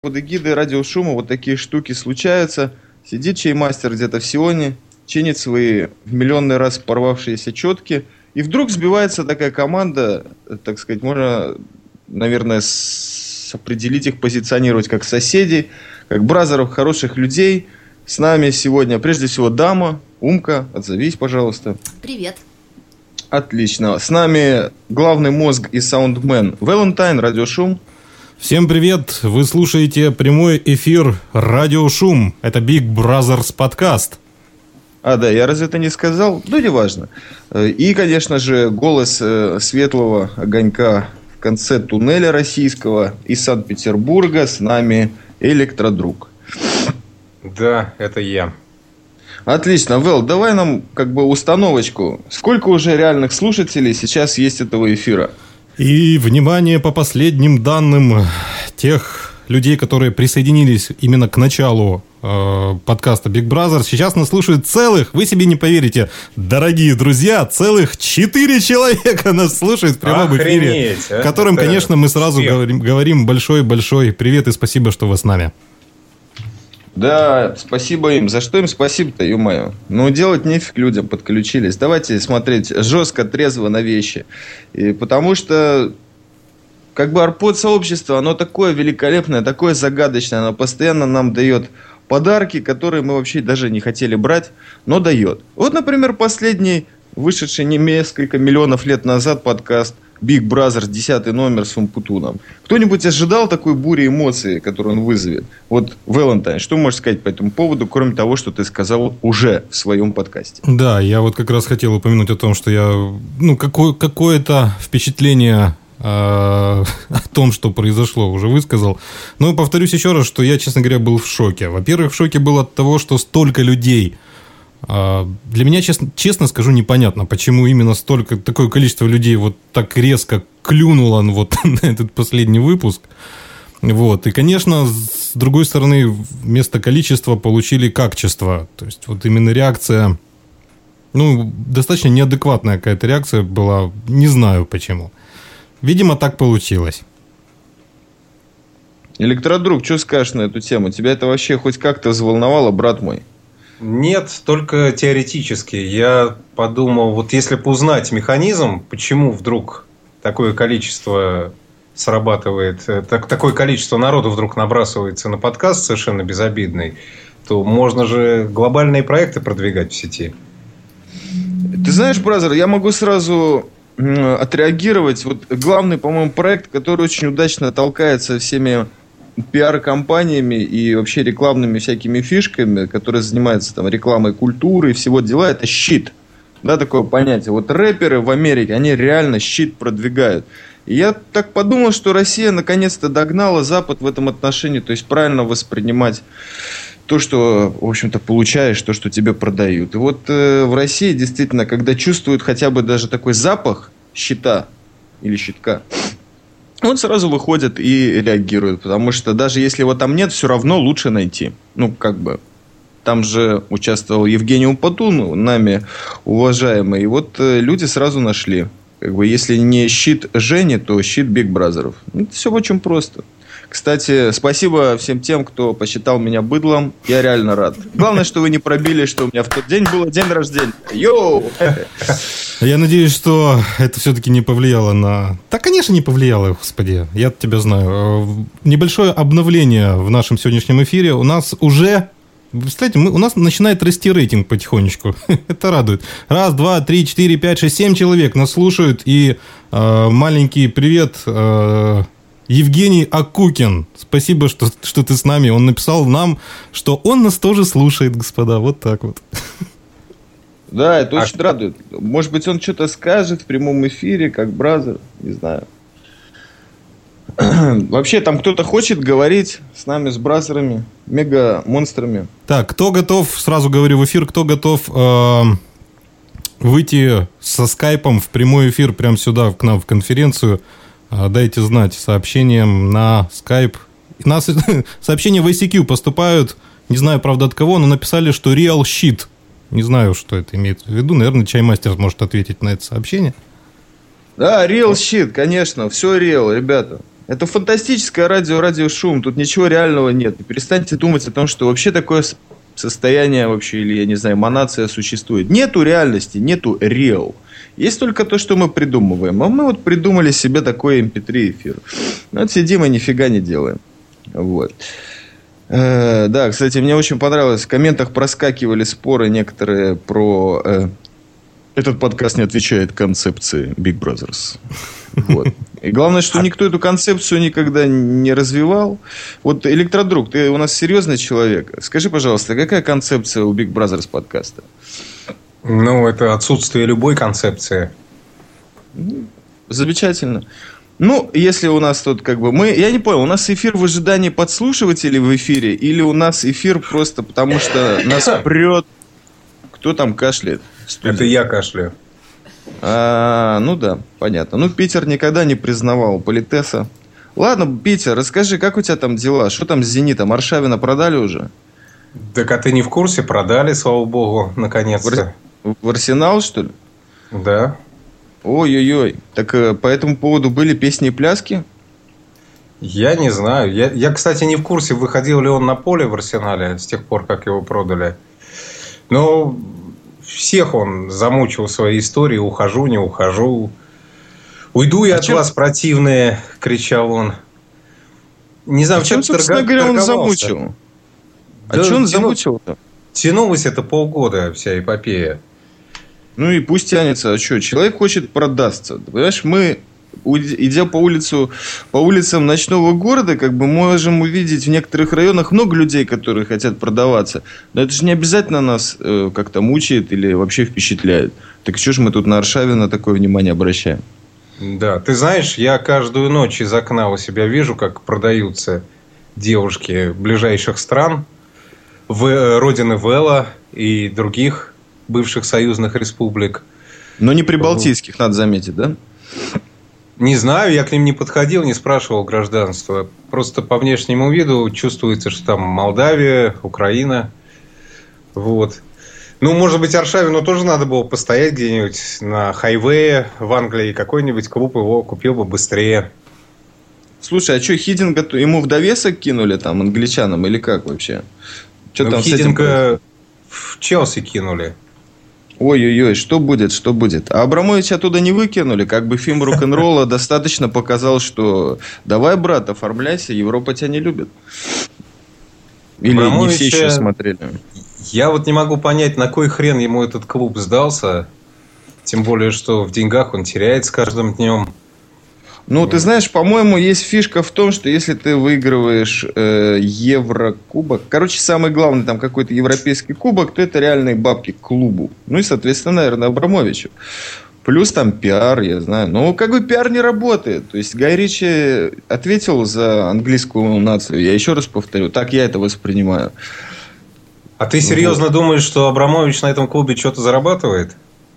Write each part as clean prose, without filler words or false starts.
Под эгидой радиошума вот такие штуки случаются. Сидит чаймастер где-то в Сионе, чинит свои в миллионный раз порвавшиеся четки, и вдруг сбивается такая команда, так сказать, можно, наверное, определить их, позиционировать как соседей, как бразеров, хороших людей. С нами сегодня, прежде всего, дама. Умка, отзовись, пожалуйста. Привет. Отлично. С нами главный мозг и саундмен Валентайн, радиошум. Всем привет! Вы слушаете прямой эфир «Радиошум». Это Big Brothers подкаст. Да, я разве это не сказал? Ну, неважно. И, конечно же, голос светлого огонька в конце туннеля российского из Санкт-Петербурга. С нами Электродруг. Да, это я. Отлично. Вэл, давай нам как бы установочку. Сколько уже реальных слушателей сейчас есть этого эфира? И, внимание, по последним данным тех людей, которые присоединились именно к началу подкаста Big Brothers, сейчас нас слушают целых, вы себе не поверите, дорогие друзья, целых 4 человека нас слушают в прямом эфире, которым, конечно, мы сразу говорим большой-большой привет и спасибо, что вы с нами. Да, спасибо им. За что им спасибо-то, ё-моё? Ну, делать нефиг, людям подключились. Давайте смотреть жестко, трезво на вещи. И потому что, как бы, арпод-сообщество, оно такое великолепное, такое загадочное. Оно постоянно нам дает подарки, которые мы вообще даже не хотели брать, но дает. Вот, например, последний, вышедший несколько миллионов лет назад подкаст Big Brothers, 10 номер с Умпутуном. Кто-нибудь ожидал такой бури эмоций, которую он вызовет? Вот, Валентайн, что можешь сказать по этому поводу, кроме того, что ты сказал уже в своем подкасте? Да, я вот как раз хотел упомянуть о том, что я, какое-то впечатление о том, что произошло, уже высказал. Но повторюсь еще раз, что я, честно говоря, был в шоке. Во-первых, в шоке был от того, что столько людей. Для меня, честно скажу, непонятно, почему именно такое количество людей вот так резко клюнуло вот на этот последний выпуск. Вот. И, конечно, с другой стороны, вместо количества получили качество. То есть, вот именно реакция, достаточно неадекватная какая-то реакция была, не знаю почему. Видимо, так получилось. Электродруг, что скажешь на эту тему? Тебя это вообще хоть как-то взволновало, брат мой? Нет, только теоретически. Я подумал, вот если бы узнать механизм, почему вдруг такое количество срабатывает, такое количество народу вдруг набрасывается на подкаст совершенно безобидный, то можно же глобальные проекты продвигать в сети. Ты знаешь, бразер, я могу сразу отреагировать. Вот главный, по-моему, проект, который очень удачно толкается всеми пиар-компаниями и вообще рекламными всякими фишками, которые занимаются там рекламой культуры и всего дела, это щит. Да, такое понятие. Вот рэперы в Америке, они реально щит продвигают. И я так подумал, что Россия наконец-то догнала Запад в этом отношении, то есть правильно воспринимать то, что, в общем-то, получаешь, то, что тебе продают. И вот в России действительно, когда чувствуют хотя бы даже такой запах щита или щитка, он сразу выходит и реагирует, потому что даже если его там нет, все равно лучше найти. Там же участвовал Евгений Умпутун, нами уважаемый, и вот люди сразу нашли. Если не щит Жени, то щит Big Brother'ов. Это все очень просто. Кстати, спасибо всем тем, кто посчитал меня быдлом. Я реально рад. Главное, что вы не пробили, что у меня в тот день был день рождения. Йоу! Я надеюсь, что это все-таки не повлияло на... Да, конечно, не повлияло, господи. Я тебя знаю. Небольшое обновление в нашем сегодняшнем эфире. У нас уже... Представляете, у нас начинает расти рейтинг потихонечку. Это радует. 1, 2, 3, 4, 5, 6, 7 человек нас слушают. И маленький привет... Евгений Акукин, спасибо, что ты с нами. Он написал нам, что он нас тоже слушает, господа. Вот так вот. Да, это очень радует. Может быть, он что-то скажет в прямом эфире, как бразер, не знаю. Вообще, там кто-то хочет говорить с нами, с бразерами, мега-монстрами. Так, кто готов, сразу говорю в эфир, кто готов выйти со скайпом в прямой эфир прямо сюда, к нам в конференцию, дайте знать сообщением на Skype. Сообщения в ICQ поступают, не знаю, правда, от кого, но написали, что real shit. Не знаю, что это имеет в виду. Наверное, чаймастер может ответить на это сообщение. Да, real shit, конечно, все real, ребята. Это фантастическое радиошум. Тут ничего реального нет. И перестаньте думать о том, что вообще такое состояние вообще, или, я не знаю, эманация существует. Нету реальности, нету реал. Есть только то, что мы придумываем. А мы вот придумали себе такой MP3 эфир. Вот сидим и нифига не делаем. Вот. Да, кстати, мне очень понравилось. В комментах проскакивали споры некоторые про... Этот подкаст не отвечает концепции Big Brothers. Вот. И главное, что никто эту концепцию никогда не развивал. Вот, Электродруг, ты у нас серьезный человек. Скажи, пожалуйста, какая концепция у Big Brothers подкаста? Ну, это отсутствие любой концепции. Замечательно. Ну, если у нас тут как бы... Я не понял, у нас эфир в ожидании подслушивателей в эфире, или у нас эфир просто потому, что нас прет... Кто там кашляет? Это я кашляю. Ну да, понятно. Ну, Питер никогда не признавал политеса. Ладно, Питер, расскажи, как у тебя там дела? Что там с «Зенитом»? Аршавина продали уже? Так, а ты не в курсе? Продали, слава богу, наконец-то. В Арсенал, что ли? Да. Ой-ой-ой. Так по этому поводу были песни и пляски? Я не знаю. Я, кстати, не в курсе, выходил ли он на поле в Арсенале с тех пор, как его продали. Но всех он замучил своей историей. Ухожу, не ухожу. Уйду я от вас, противные, кричал он. Не знаю, в чем, собственно говоря, он замучил? А что он замучил-то? Тянулось это полгода, вся эпопея. Ну и пусть тянется. А что? Человек хочет продаться. Понимаешь, мы, идя по улицам ночного города, как бы можем увидеть в некоторых районах много людей, которые хотят продаваться. Но это же не обязательно нас как-то мучает или вообще впечатляет. Так что же мы тут на Аршавина такое внимание обращаем? Да, ты знаешь, я каждую ночь из окна у себя вижу, как продаются девушки ближайших стран, родины Вэлла и других бывших союзных республик. Но не прибалтийских, надо заметить, да? Не знаю, я к ним не подходил, не спрашивал гражданства. Просто по внешнему виду чувствуется, что там Молдавия, Украина. Вот. Ну, может быть, Аршавину тоже надо было постоять где-нибудь на хайвее в Англии. Какой-нибудь клуб его купил бы быстрее. Слушай, а что, Хидинга ему в довесок кинули там, англичанам, или как вообще? Что там Хидинга в Челси кинули. Ой-ой-ой, что будет, что будет? А Абрамовича оттуда не выкинули? Как бы фильм рок-н-ролла достаточно показал, что давай, брат, оформляйся, Европа тебя не любит. Или не все еще смотрели? Я вот не могу понять, на кой хрен ему этот клуб сдался. Тем более, что в деньгах он теряет с каждым днем. Ну, ты знаешь, по-моему, есть фишка в том, что если ты выигрываешь Еврокубок, короче, самый главный там какой-то европейский кубок, то это реальные бабки к клубу. Ну и, соответственно, наверное, Абрамовичу. Плюс там пиар, я знаю. Но как бы пиар не работает. То есть Гай Ричи ответил за английскую нацию. Я еще раз повторю, так я это воспринимаю. А ты серьезно думаешь, что Абрамович на этом клубе что-то зарабатывает?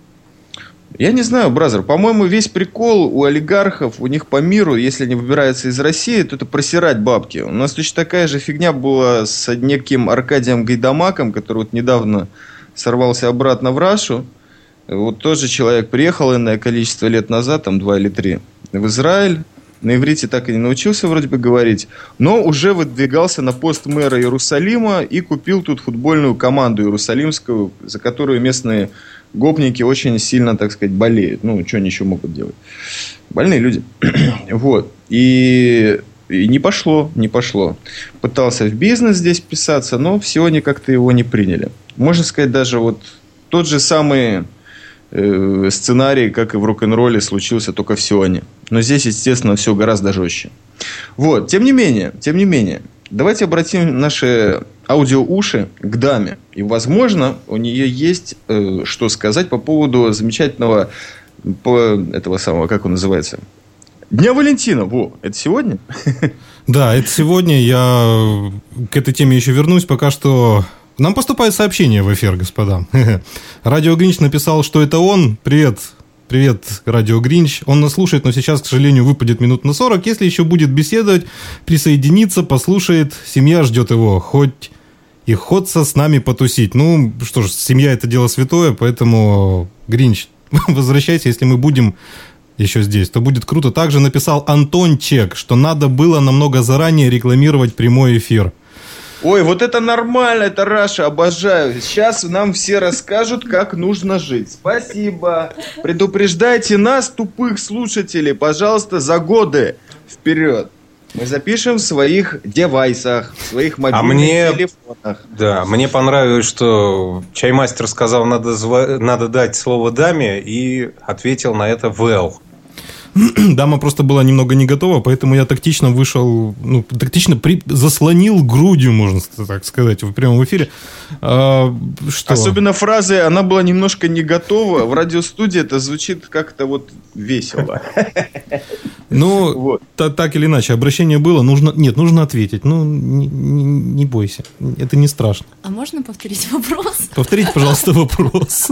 Я не знаю, бразер. По-моему, весь прикол у олигархов, у них по миру, если они выбираются из России, то это просирать бабки. У нас точно такая же фигня была с неким Аркадием Гайдамаком, который вот недавно сорвался обратно в Рашу. Вот тоже человек приехал иное количество лет назад, там 2 или 3, в Израиль. На иврите так и не научился вроде бы говорить, но уже выдвигался на пост мэра Иерусалима и купил тут футбольную команду иерусалимскую, за которую местные гопники очень сильно, так сказать, болеют. Ну, что они еще могут делать? Больные люди. Вот. И не пошло. Пытался в бизнес здесь вписаться, но в Сионе как-то его не приняли. Можно сказать, даже вот тот же самый сценарий, как и в рок-н-ролле, случился только в Сионе. Но здесь, естественно, все гораздо жестче. Вот. Тем не менее, давайте обратим наши аудиоуши к даме. И, возможно, у нее есть что сказать по поводу замечательного этого самого, как он называется? Дня Валентина. Во, это сегодня? Да, это сегодня. Я к этой теме еще вернусь. Пока что нам поступает сообщение в эфир, господа. Радио Гринч написал, что это он. Привет, Радио Гринч. Он нас слушает, но сейчас, к сожалению, выпадет минут на 40. Если еще будет беседовать, присоединится, послушает. Семья ждет его. Хоть и ходца с нами потусить. Ну, что ж, семья – это дело святое, поэтому, Гринч, возвращайся, если мы будем еще здесь, то будет круто. Также написал Антон Чек, что надо было намного заранее рекламировать прямой эфир. Ой, вот это нормально, это Раша, обожаю. Сейчас нам все расскажут, как нужно жить. Спасибо. Предупреждайте нас, тупых слушателей, пожалуйста, за годы вперед. Мы запишем в своих девайсах, в своих мобильных телефонах. Да, мне понравилось, что чаймастер сказал, надо дать слово даме, и ответил на это well. Дама просто была немного не готова, поэтому я тактично вышел, заслонил грудью, можно так сказать, в прямом эфире. Что? Особенно фразы «она была немножко не готова». В радиостудии это звучит как-то вот весело. Ну, вот. Так или иначе, обращение было, нужно ответить. Ну, не бойся, это не страшно. А можно повторить вопрос? Повторите, пожалуйста, вопрос.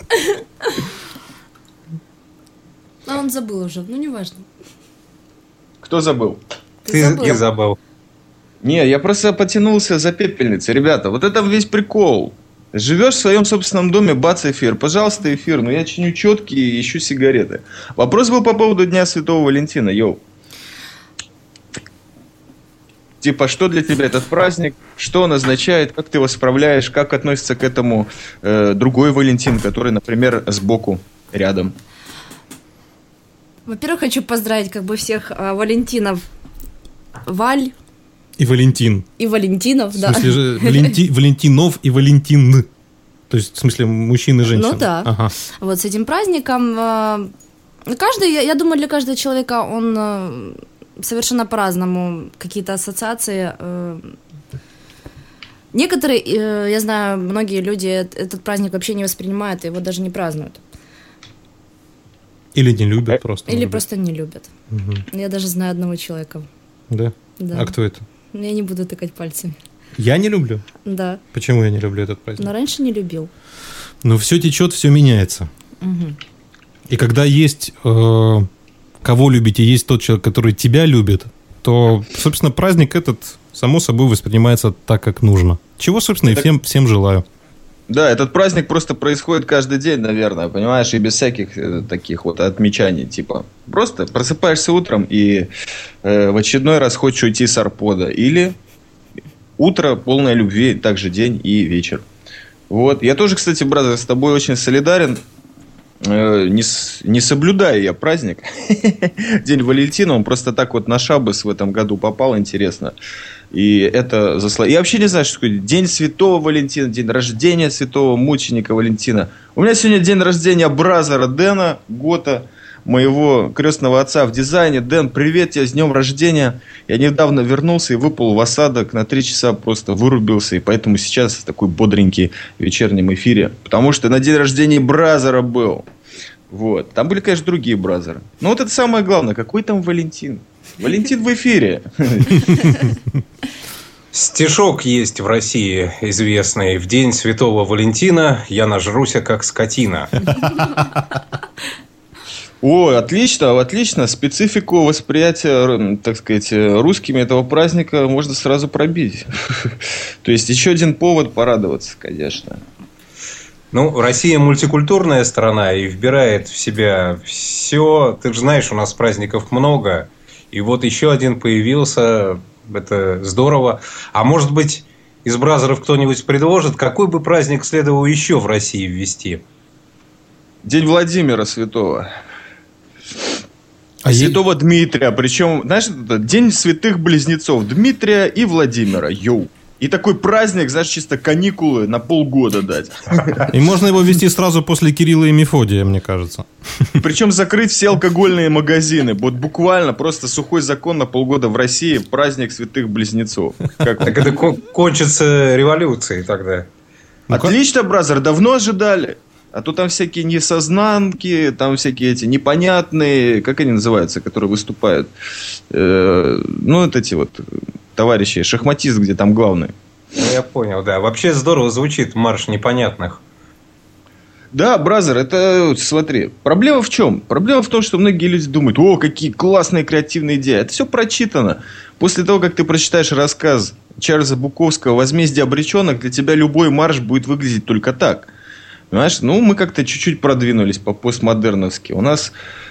А он забыл уже, ну неважно. Кто забыл? Ты забыл. Не, я просто потянулся за пепельницей. Ребята, вот это весь прикол. Живешь в своем собственном доме, бац, эфир. Пожалуйста, эфир. Но я чиню четки и ищу сигареты. Вопрос был по поводу Дня Святого Валентина. Йоу. Типа, что для тебя этот праздник? Что он означает? Как ты его справляешь? Как относится к этому другой Валентин, который, например, сбоку, рядом? Во-первых, хочу поздравить всех Валентинов. Валь. И Валентин. И Валентинов, да. В смысле же Валентинов и Валентин. То есть, в смысле, мужчин и женщин. Ну да. Ага. Вот с этим праздником. Я думаю, для каждого человека он совершенно по-разному. Какие-то ассоциации. Некоторые, я знаю, многие люди этот праздник вообще не воспринимают, его даже не празднуют. Или не любят просто. Или просто не любят. Угу. Я даже знаю одного человека. Да? Да. А кто это? Я не буду тыкать пальцами. Я не люблю? Да. Почему я не люблю этот праздник? Но раньше не любил. Но все течет, все меняется. Угу. И когда есть кого любить, и есть тот человек, который тебя любит, то, собственно, праздник этот, само собой, воспринимается так, как нужно. Чего, собственно, и всем желаю. Да, этот праздник просто происходит каждый день, наверное, понимаешь, и без всяких таких вот отмечаний, типа, просто просыпаешься утром и в очередной раз хочешь уйти с арпода, или утро полное любви, также день и вечер. Вот, я тоже, кстати, брат, с тобой очень солидарен, не соблюдаю я праздник, День Валентина, он просто так вот на шаббас в этом году попал, интересно. И это заслоняет. Я вообще не знаю, что такое День Святого Валентина, день рождения святого мученика Валентина. У меня сегодня день рождения бразера Дэна Гота, моего крестного отца в дизайне. Дэн, привет тебе, с днем рождения. Я недавно вернулся и выпал в осадок на 3 часа, просто вырубился. И поэтому сейчас такой бодренький в вечернем эфире. Потому что на день рождения бразера был. Вот. Там были, конечно, другие бразеры. Но вот это самое главное. Какой там Валентин? Валентин в эфире. Стишок есть в России известный. В день Святого Валентина я нажруся, как скотина. О, отлично, отлично. Специфику восприятия, так сказать, русскими этого праздника можно сразу пробить. То есть, еще один повод порадоваться, конечно. Ну, Россия мультикультурная страна и вбирает в себя все. Ты же знаешь, у нас праздников много. И вот еще один появился. Это здорово. А может быть, из бразеров кто-нибудь предложит, какой бы праздник следовало еще в России ввести? День Владимира Святого. Святого Дмитрия. Причем, знаешь, это День святых близнецов Дмитрия и Владимира. Йоу. И такой праздник, знаешь, чисто каникулы на полгода дать. И можно его вести сразу после Кирилла и Мефодия, мне кажется. Причем закрыть все алкогольные магазины. Вот буквально просто сухой закон на полгода в России. Праздник святых близнецов. Так это кончится революцией тогда. Отлично, бразер, давно ожидали. А то там всякие несознанки, там всякие эти непонятные, как они называются, которые выступают. Ну, вот эти вот товарищи, шахматист, где там главный. Ну, я понял, да. Вообще здорово звучит марш непонятных. Да, бразер, это, смотри, проблема в чем? Проблема в том, что многие люди думают, о, какие классные креативные идеи. Это все прочитано. После того, как ты прочитаешь рассказ Чарльза Буковского «Возмездие обреченных», для тебя любой марш будет выглядеть только так. Понимаешь? Ну, мы как-то чуть-чуть продвинулись по постмодерновски. У нас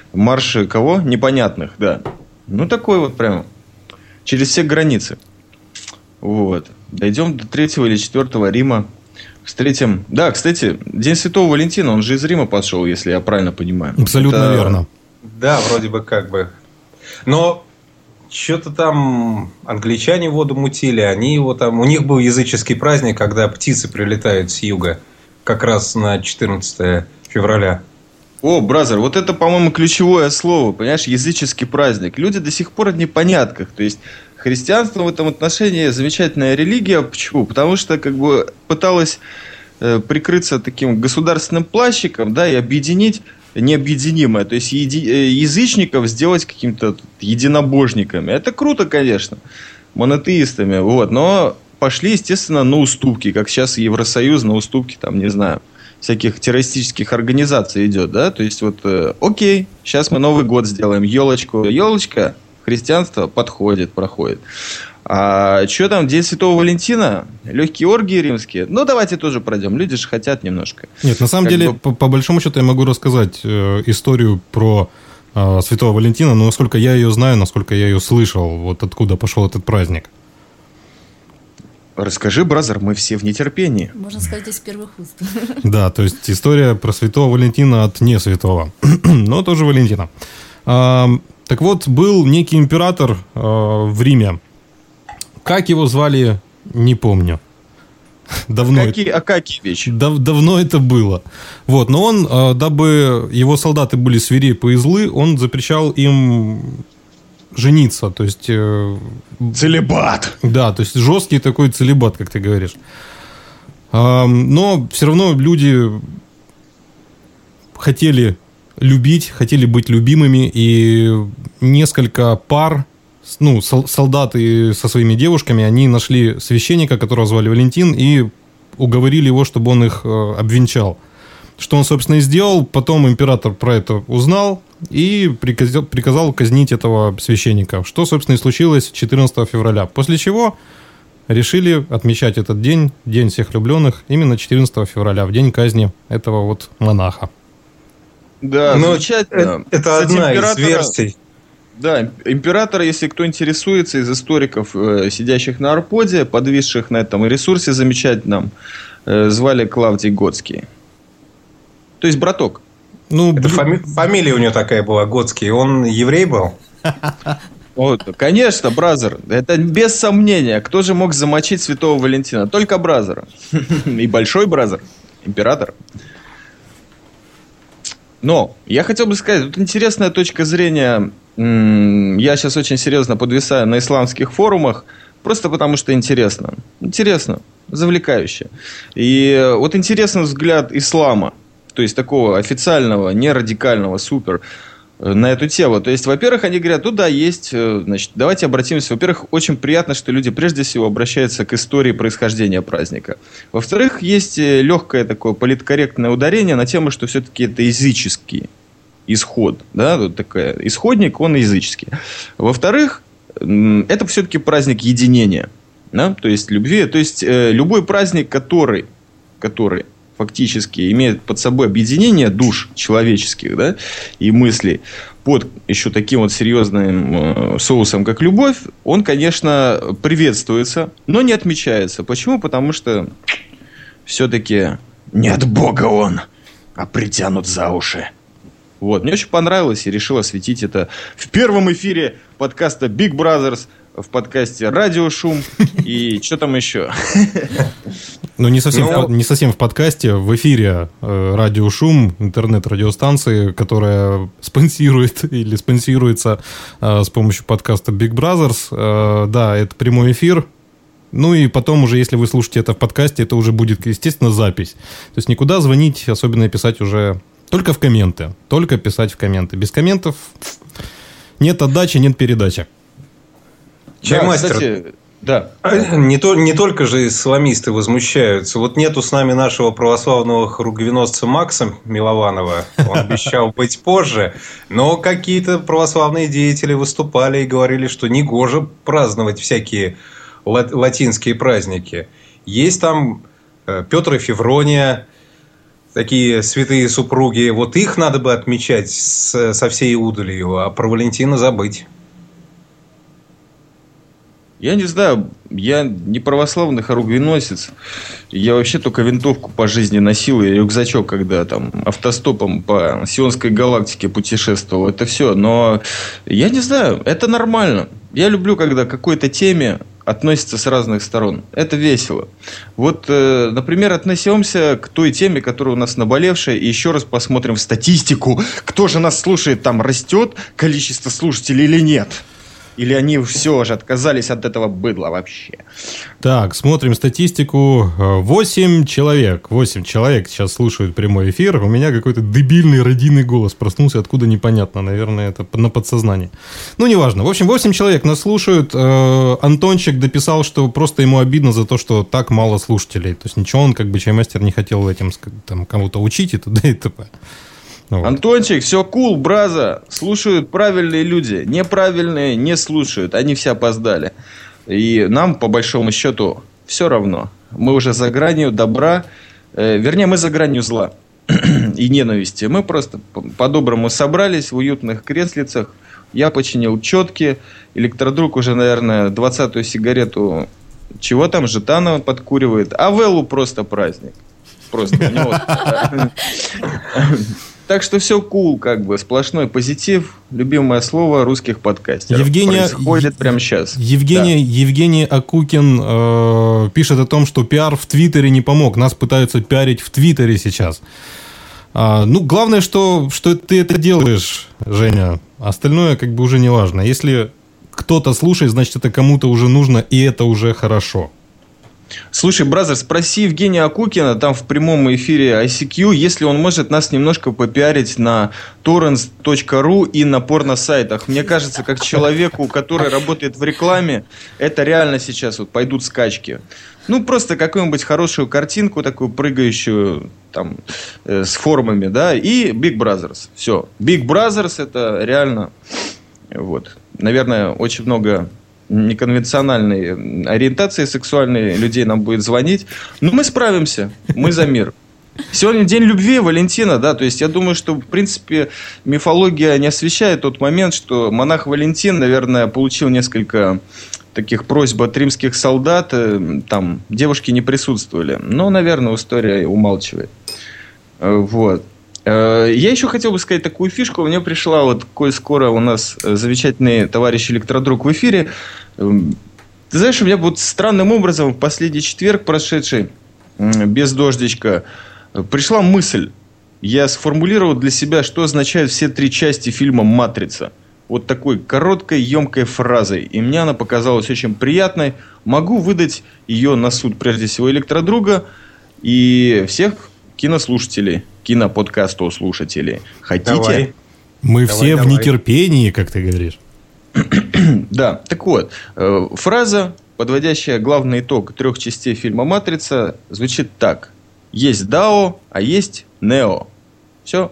марш кого? Непонятных, да. Ну, такой вот прям. Через все границы. Вот. Дойдем до 3-го или 4-го Рима. Встретим... Да, кстати, День Святого Валентина, он же из Рима пошел, если я правильно понимаю. Абсолютно верно. Да, вроде бы как бы. Но что-то там англичане воду мутили, они его там... У них был языческий праздник, когда птицы прилетают с юга. Как раз на 14 февраля. О, бразер, вот это, по-моему, ключевое слово, понимаешь, языческий праздник. Люди до сих пор в непонятках. То есть, христианство в этом отношении замечательная религия. Почему? Потому что, как бы, пыталась прикрыться таким государственным плащиком, да, и объединить необъединимое. То есть, язычников сделать какими-то единобожниками. Это круто, конечно, монотеистами, вот, но пошли, естественно, на уступки, как сейчас Евросоюз на уступки, там, не знаю, всяких террористических организаций идет, да, то есть вот, окей, сейчас мы Новый год сделаем, елочку, елочка, христианство подходит, проходит. А что там, День Святого Валентина, легкие оргии римские, ну давайте тоже пройдем, люди же хотят немножко. Нет, на самом деле, по большому счету я могу рассказать историю про Святого Валентина, но насколько я ее знаю, насколько я ее слышал, вот откуда пошел этот праздник. Расскажи, бразер, мы все в нетерпении. Можно сказать, из первых уст. Да, то есть история про Святого Валентина от не святого, но тоже Валентина. Так вот, был некий император в Риме. Как его звали, не помню. Давно. Акакиевич. Давно это было. Вот, но он, дабы его солдаты были свирепы и злы, он запрещал им жениться, то есть... Целибат! Да, то есть жесткий такой целибат, как ты говоришь. Но все равно люди хотели любить, хотели быть любимыми, и несколько пар, ну, солдаты со своими девушками, они нашли священника, которого звали Валентин, и уговорили его, чтобы он их обвенчал. Что он, собственно, и сделал. Потом император про это узнал и приказал казнить этого священника. Что, собственно, и случилось 14 февраля. После чего решили отмечать этот день, День всех влюбленных, именно 14 февраля, в день казни этого вот монаха. Да, замечательно. Это кстати, одна из версий. Да, императора, если кто интересуется из историков, сидящих на Арподе, подвисших на этом ресурсе замечательном, звали Клавдий Готский. То есть браток. Ну, это фамилия у него такая была, Готский. Он еврей был? Вот, конечно, бразер. Это без сомнения. Кто же мог замочить Святого Валентина? Только бразер. И большой бразер. Император. Но я хотел бы сказать, тут интересная точка зрения. Я сейчас очень серьезно подвисаю на исламских форумах. Просто потому что интересно. Интересно. Завлекающе. И вот интересный взгляд ислама. То есть такого официального, не радикального, супер, на эту тему. То есть, во-первых, они говорят, ну да, есть, значит, давайте обратимся. Во-первых, очень приятно, что люди прежде всего обращаются к истории происхождения праздника. Во-вторых, есть легкое такое политкорректное ударение на тему, что все-таки это языческий исход. Да, вот такая, исходник, он языческий. Во-вторых, это все-таки праздник единения. Да? То есть, любви. То есть, любой праздник, который фактически имеет под собой объединение душ человеческих, да, и мыслей под еще таким вот серьезным соусом, как любовь, он, конечно, приветствуется, но не отмечается. Почему? Потому что все-таки не от Бога он, а притянут за уши. Вот. Мне очень понравилось и решил осветить это в первом эфире подкаста Big Brothers, в подкасте «Радио Шум» и что там еще? Ну, не совсем в подкасте, в эфире «Радио Шум», интернет-радиостанции, которая спонсирует или спонсируется с помощью подкаста Big Brothers. Да, это прямой эфир. Ну и потом уже, если вы слушаете это в подкасте, это уже будет, естественно, запись. То есть никуда звонить, особенно писать уже только в комменты. Только писать в комменты. Без комментов нет отдачи, нет передачи. Чаймастер, кстати, да. Не только же исламисты возмущаются. Вот нету с нами нашего православного хоругвеносца Макса Милованова. Он обещал быть позже. Но какие-то православные деятели выступали и говорили, что негоже праздновать всякие латинские праздники. Есть там Петр и Феврония, такие святые супруги, вот их надо бы отмечать со всей удалью, а про Валентина забыть. Я не знаю, я не православный хоругвеносец. Я вообще только винтовку по жизни носил и рюкзачок, когда там автостопом по Сионской галактике путешествовал. Это все. Но я не знаю, это нормально. Я люблю, когда к какой-то теме относятся с разных сторон. Это весело. Вот, например, отнесемся к той теме, которая у нас наболевшая, и еще раз посмотрим в статистику, кто же нас слушает, там растет количество слушателей или нет. Или они все же отказались от этого быдла вообще? Так, смотрим статистику. 8 человек сейчас слушают прямой эфир. У меня какой-то дебильный родийный голос проснулся, откуда непонятно. Наверное, это на подсознании. Ну, неважно. В общем, 8 человек нас слушают. Антончик дописал, что просто ему обидно за то, что так мало слушателей. То есть ничего он, как бы, чаймастер, не хотел этим там, кому-то учить и т.д. и т.п. Вот. Антончик, все кул, браза. Слушают правильные люди. Неправильные не слушают. Они все опоздали. И нам, по большому счету, все равно. Мы уже за гранью добра. Вернее, мы за гранью зла и ненависти. Мы просто по-доброму собрались в уютных креслицах. Я починил четки. Электродруг уже, наверное, 20-ю сигарету... Чего там? Жетана подкуривает. А Веллу просто праздник. Просто у него... Так что все кул, как бы, сплошной позитив. Любимое слово русских подкастеров. Происходит прямо сейчас. Евгений Акукин пишет о том, что пиар в Твиттере не помог. Нас пытаются пиарить в Твиттере сейчас. Ну, главное, что ты это делаешь, Женя. Остальное, как бы, уже не важно. Если кто-то слушает, значит, это кому-то уже нужно, и это уже хорошо. Слушай, бразер, спроси Евгения Акукина там в прямом эфире ICQ, если он может нас немножко попиарить на torrents.ru и на порно-сайтах. Мне кажется, как человеку, который работает в рекламе, это реально сейчас вот пойдут скачки. Ну, просто какую-нибудь хорошую картинку, такую прыгающую там с формами, да, и Big Brothers. Все. Big Brothers это реально, вот, наверное, очень много... неконвенциональной ориентации сексуальной людей нам будет звонить. Но мы справимся. Мы за мир. Сегодня день любви Валентина, да, то есть я думаю, что, в принципе, мифология не освещает тот момент, что монах Валентин, наверное, получил несколько таких просьб от римских солдат, там девушки не присутствовали. Но, наверное, история умалчивает. Вот. Я еще хотел бы сказать такую фишку. Мне пришла вот, коль скоро у нас замечательный товарищ Электродруг в эфире. Ты знаешь, у меня вот странным образом в последний четверг прошедший, без дождичка, пришла мысль. Я сформулировал для себя, что означают все 3 части фильма «Матрица». Вот такой короткой, емкой фразой. И мне она показалась очень приятной. Могу выдать ее на суд, прежде всего, Электродруга и всех кинослушателей, киноподкастов-слушателей. Хотите? Давай. Мы все в нетерпении, как ты говоришь. Да, так вот, фраза, подводящая главный итог 3 частей фильма «Матрица», звучит так. Есть Дао, а есть Нео. Все.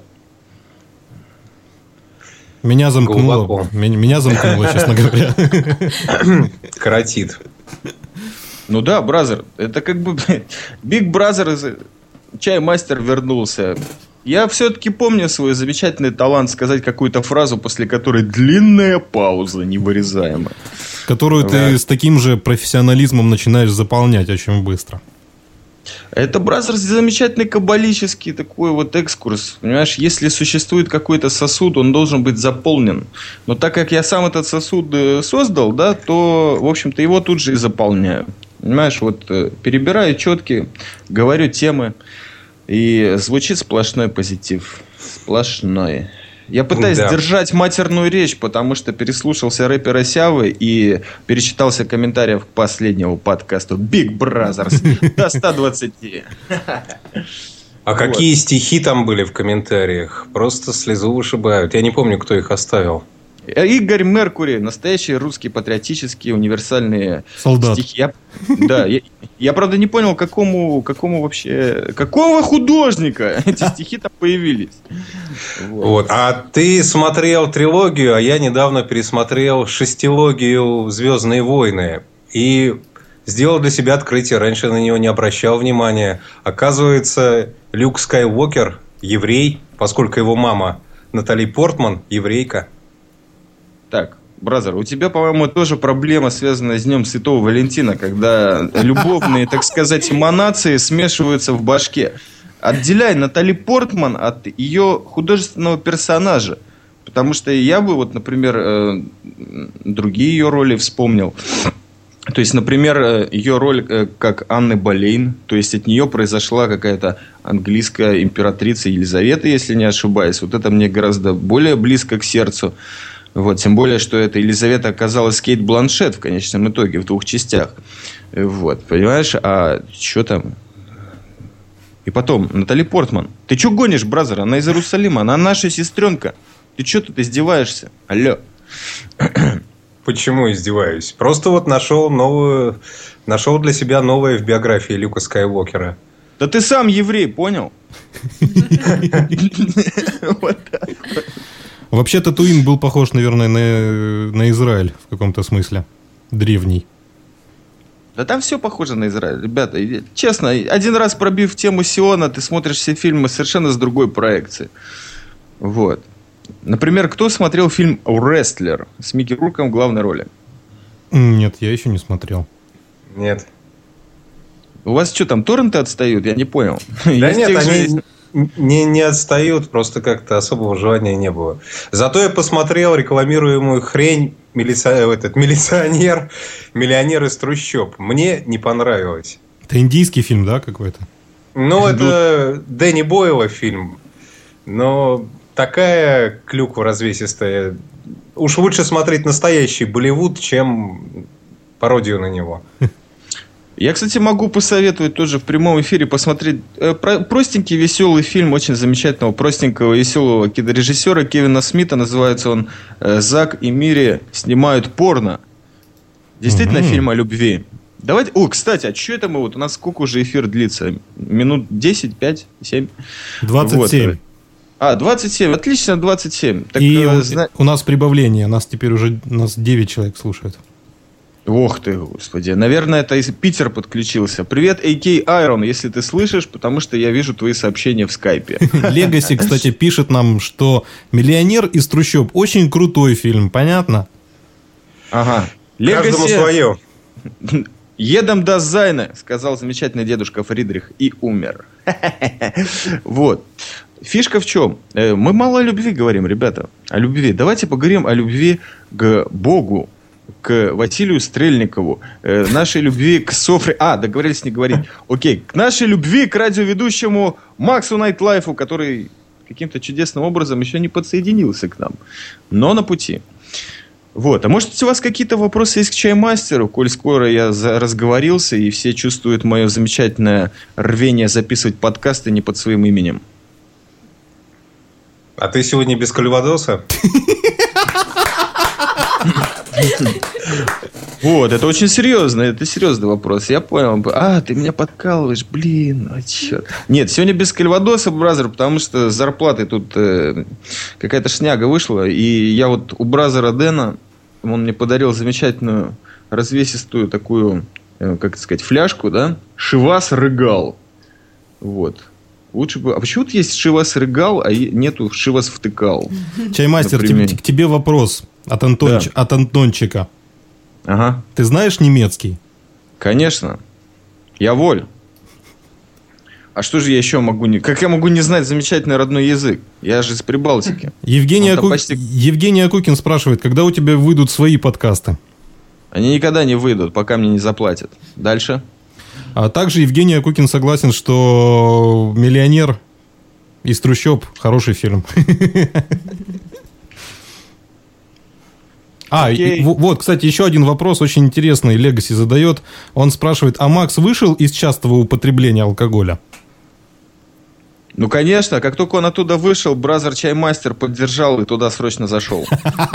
Меня замкнуло, честно говоря. Коротит. Ну да, бразер, это как бы Big Brother, чаймастер вернулся. Я все-таки помню свой замечательный талант сказать какую-то фразу, после которой длинная пауза невырезаемая. Которую ты с таким же профессионализмом начинаешь заполнять очень быстро. Это, бразер, замечательный каббалический такой вот экскурс. Понимаешь, если существует какой-то сосуд, он должен быть заполнен. Но так как я сам этот сосуд создал, да, то, в общем-то, его тут же и заполняю. Понимаешь, вот перебираю четки, говорю темы, и звучит сплошной позитив. Сплошной. Я пытаюсь держать матерную речь, потому что переслушался рэпера Сявы и перечитался комментариев к последнему подкасту Big Brothers до 120. А какие стихи там были в комментариях? Просто слезу вышибают. Я не помню, кто их оставил. Игорь Меркури, настоящие русские патриотические универсальные солдат. Стихи. Я, правда, не понял, какого художника эти стихи там появились. Вот. А ты смотрел трилогию, а я недавно пересмотрел шестилогию «Звездные войны». И Сделал для себя открытие, раньше на него не обращал внимания. Оказывается, Люк Скайуокер еврей, поскольку его мама Натали Портман еврейка. Так, бразер, у тебя, по-моему, тоже проблема, связанная с Днем Святого Валентина, когда любовные, так сказать, эманации смешиваются в башке. Отделяй Натали Портман от ее художественного персонажа. Потому что я бы, вот, например, другие ее роли вспомнил. То есть, например, ее роль как Анны Болейн. То есть, от нее произошла какая-то английская императрица Елизавета, если не ошибаюсь. Вот это мне гораздо более близко к сердцу. Вот, тем более, что эта Елизавета оказалась Кейт Бланшетт в конечном итоге, в 2 частях. Вот, понимаешь? А что там? И потом, Натали Портман. Ты что гонишь, бразер? Она из Иерусалима, она наша сестренка. Ты что тут издеваешься? Алло. Почему издеваюсь? Просто вот нашел для себя новое в биографии Люка Скайуокера. Да ты сам еврей, понял? Вот так. Вообще, Татуин был похож, наверное, на Израиль в каком-то смысле. Древний. Да там все похоже на Израиль. Ребята, честно, один раз пробив тему Сиона, ты смотришь все фильмы совершенно с другой проекции. Вот. Например, кто смотрел фильм «Рестлер» с Микки Рурком в главной роли? Нет, я еще не смотрел. Нет. У вас что, там торренты отстают? Я не понял. Да нет, они не отстают, просто как-то особого желания не было. Зато я посмотрел рекламируемую хрень «Миллионер из трущоб». Мне не понравилось. Это индийский фильм, да, какой-то? Ну, это Дэнни Бойла фильм. Но такая клюква развесистая. Уж лучше смотреть настоящий Болливуд, чем пародию на него. Я, кстати, могу посоветовать тоже в прямом эфире посмотреть простенький, веселый фильм очень замечательного, простенького, веселого режиссера Кевина Смита. Называется он «Зак и Мири снимают порно». Действительно, фильм о любви. Давайте... О, кстати, а что это мы? Вот у нас сколько уже эфир длится? Минут 10, 5, 7? 27. Вот. 27. Отлично, 27. Так, и у нас прибавление. Нас теперь уже 9 человек слушают. Ох ты, господи. Наверное, это из Питера подключился. Привет, AK Iron, если ты слышишь, потому что я вижу твои сообщения в скайпе. Легаси, кстати, пишет нам, что «Миллионер из трущоб» очень крутой фильм, понятно? Ага. Каждому свое. «Едем до Зайна», сказал замечательный дедушка Фридрих, и умер. Вот. Фишка в чем? Мы мало о любви говорим, ребята. О любви. Давайте поговорим о любви к Богу, к Василию Стрельникову, нашей любви к Софре... договорились не говорить. Окей, к нашей любви к радиоведущему Максу Найтлайфу, который каким-то чудесным образом еще не подсоединился к нам, но на пути. Вот. А может, у вас какие-то вопросы есть к чаймастеру, коль скоро я разговорился, и все чувствуют мое замечательное рвение записывать подкасты не под своим именем? А ты сегодня без кальвадоса? Вот, это очень серьезно, это серьезный вопрос. Я понял. Ты меня подкалываешь, блин, черт. Нет, сегодня без кальвадоса, бразер, потому что с зарплатой тут какая-то шняга вышла. И я вот у бразера Дэна, он мне подарил замечательную развесистую такую, как это сказать, фляжку, да? Шивас Регал. Вот. Лучше бы... А почему тут есть Шивас Регал, а нету Шивас Втыкал? Чаймастер, к тебе вопрос от Антончика. Ага. Ты знаешь немецкий? Конечно. Я воль. А что же я еще могу не... Как я могу не знать замечательный родной язык? Я же из Прибалтики. Евгений Акукин спрашивает, когда у тебя выйдут свои подкасты? Они никогда не выйдут, пока мне не заплатят. Дальше. А также Евгений Акукин согласен, что «Миллионер из трущоб» хороший фильм. Вот, кстати, еще один вопрос очень интересный Легаси задает. Он спрашивает, а Макс вышел из частого употребления алкоголя? Ну, конечно, как только он оттуда вышел, бразер Чаймастер поддержал и туда срочно зашел.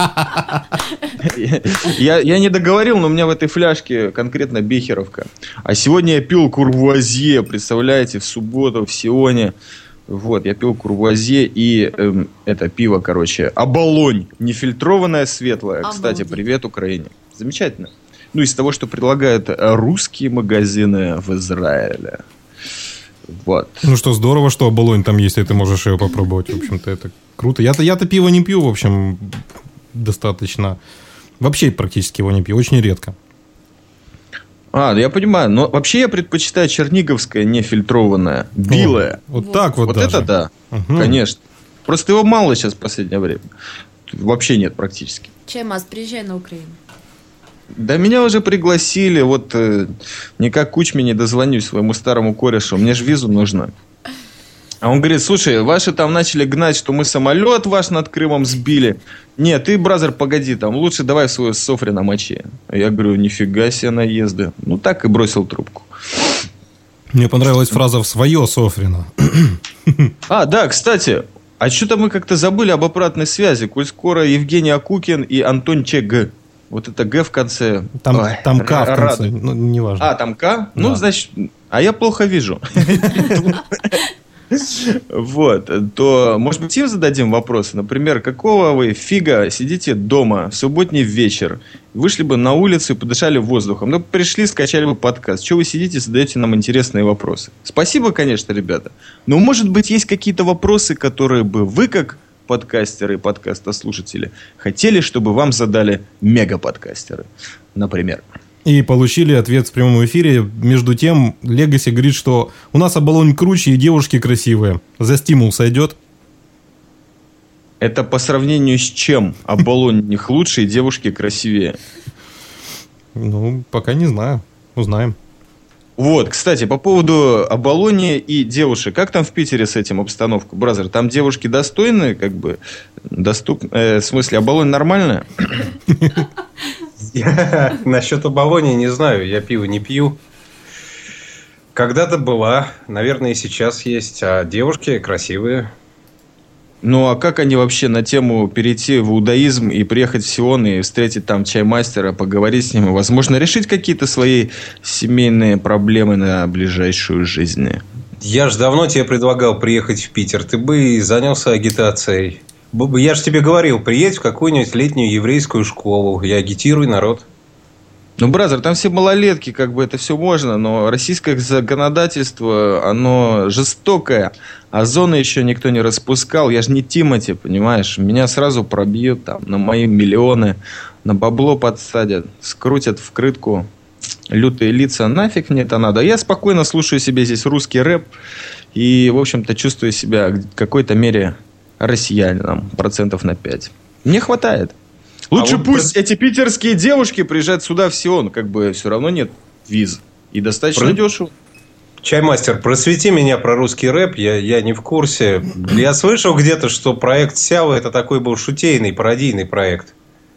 Я не договорил, но у меня в этой фляжке конкретно бехеровка. А сегодня я пил курвуазье, представляете, в субботу в Сионе. Вот, я пил курвуазье и это пиво, короче, Оболонь, нефильтрованное, светлое. Кстати, привет Украине. Замечательно. Ну, из того, что предлагают русские магазины в Израиле. Вот. Ну что, здорово, что оболонь там есть, и ты можешь ее попробовать. В общем-то, это круто. Я-то пиво не пью, в общем, достаточно. Вообще практически его не пью, очень редко. Я понимаю. Но вообще я предпочитаю черниговское, нефильтрованное, белое. Вот так вот даже. Это да, конечно. Просто его мало сейчас в последнее время. Вообще нет практически. Чаймас, приезжай на Украину. Да меня уже пригласили. Вот никак Кучме не дозвонюсь своему старому корешу. Мне же визу нужна. А он говорит: слушай, ваши там начали гнать, что мы самолет ваш над Крымом сбили. Нет, ты, бразер, погоди, там лучше давай в свою Софри намочи. Я говорю: нифига себе наезды. Ну так и бросил трубку. Мне понравилась фраза «в свое Софрино». Да, кстати, а что-то мы как-то забыли об обратной связи. Коль скоро Евгений Акукин и Антон ЧГ. Вот это Г в конце. Там К в конце, ну, неважно. Там К? Да. Ну, значит, а я плохо вижу. Вот, то, может быть, им зададим вопросы. Например, какого вы фига сидите дома в субботний вечер, вышли бы на улицу и подышали воздухом, ну, пришли, скачали бы подкаст. Чего вы сидите, задаете нам интересные вопросы? Спасибо, конечно, ребята. Но, может быть, есть какие-то вопросы, которые бы вы, как подкастеры и подкастослушатели, хотели, чтобы вам задали мегаподкастеры, например. И получили ответ в прямом эфире. Между тем, Легаси говорит, что у нас оболонь круче и девушки красивые. За стимул сойдет? Это по сравнению с чем? Оболонь у них лучше и девушки красивее. Ну, пока не знаю. Узнаем. Вот, кстати, по поводу оболони и девушек. Как там в Питере с этим обстановка, бразер? Там девушки достойные, как бы, в смысле, оболонь нормальная? Я насчет оболони не знаю, я пиво не пью. Когда-то была, наверное, и сейчас есть, а девушки красивые. Ну, а как они вообще на тему перейти в иудаизм и приехать в Сион и встретить там чаймастера, поговорить с ним и, возможно, решить какие-то свои семейные проблемы на ближайшую жизнь? Я же давно тебе предлагал приехать в Питер, ты бы занялся агитацией. Я же тебе говорил, приедь в какую-нибудь летнюю еврейскую школу и агитируй народ. Ну, бразер, там все малолетки, как бы это все можно, но российское законодательство, оно жестокое, а зоны еще никто не распускал. Я же не Тимати, понимаешь? Меня сразу пробьют там на мои миллионы, на бабло подсадят, скрутят в крытку лютые лица. Нафиг мне это надо. Я спокойно слушаю себе здесь русский рэп и, в общем-то, чувствую себя в какой-то мере россиянином, 5%. Мне хватает. Лучше вот пусть эти питерские девушки приезжают сюда в Сион, как бы все равно нет виз. И достаточно дешево. Чаймастер, просвети меня про русский рэп, я не в курсе. Я слышал где-то, что проект Сява это такой был шутейный, пародийный проект.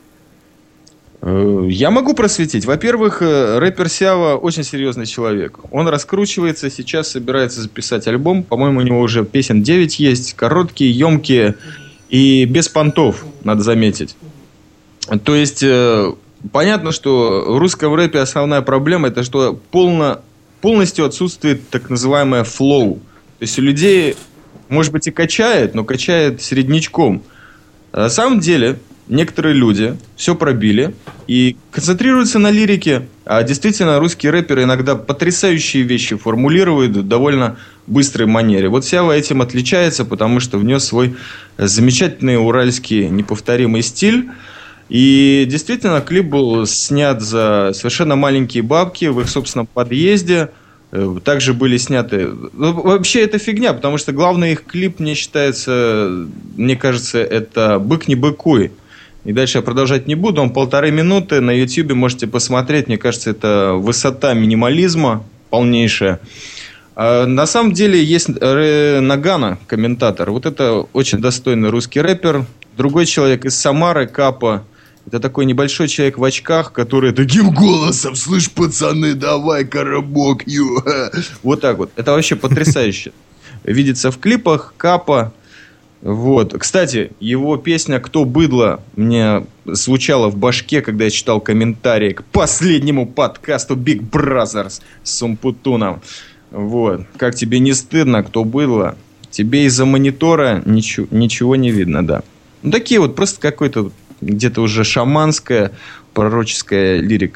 Я могу просветить. Во-первых, рэпер Сява очень серьезный человек. Он раскручивается, сейчас собирается записать альбом. По-моему, у него уже песен 9 есть. Короткие, емкие и без понтов, надо заметить. То есть, понятно, что в русском рэпе основная проблема это что полностью отсутствует так называемое флоу. То есть у людей, может быть, и качает, но качает среднячком. А на самом деле, некоторые люди все пробили и концентрируются на лирике. А действительно, русские рэперы иногда потрясающие вещи формулируют в довольно быстрой манере. Вот Сява этим отличается, потому что внес свой замечательный уральский неповторимый стиль. И действительно, клип был снят за совершенно маленькие бабки в их собственном подъезде. Также были сняты... Ну, вообще это фигня, потому что главный их клип, мне кажется, это «Бык не быкуй». И дальше я продолжать не буду. Он 1,5 минуты. На YouTube можете посмотреть. Мне кажется, это высота минимализма полнейшая. А на самом деле есть Нагана, комментатор. Вот это очень достойный русский рэпер. Другой человек из Самары, Капа. Это такой небольшой человек в очках, который таким голосом: слышь, пацаны, давай коробок, вот так вот. Это вообще потрясающе. Видится в клипах Капа. Вот. Кстати, его песня «Кто быдло» мне звучала в башке, когда я читал комментарии к последнему подкасту Big Brothers с Сумпутуном. Вот. Как тебе не стыдно, кто быдло? Тебе из-за монитора ничего не видно, да. Ну, такие вот просто какой-то где-то уже шаманская, пророческая лирика.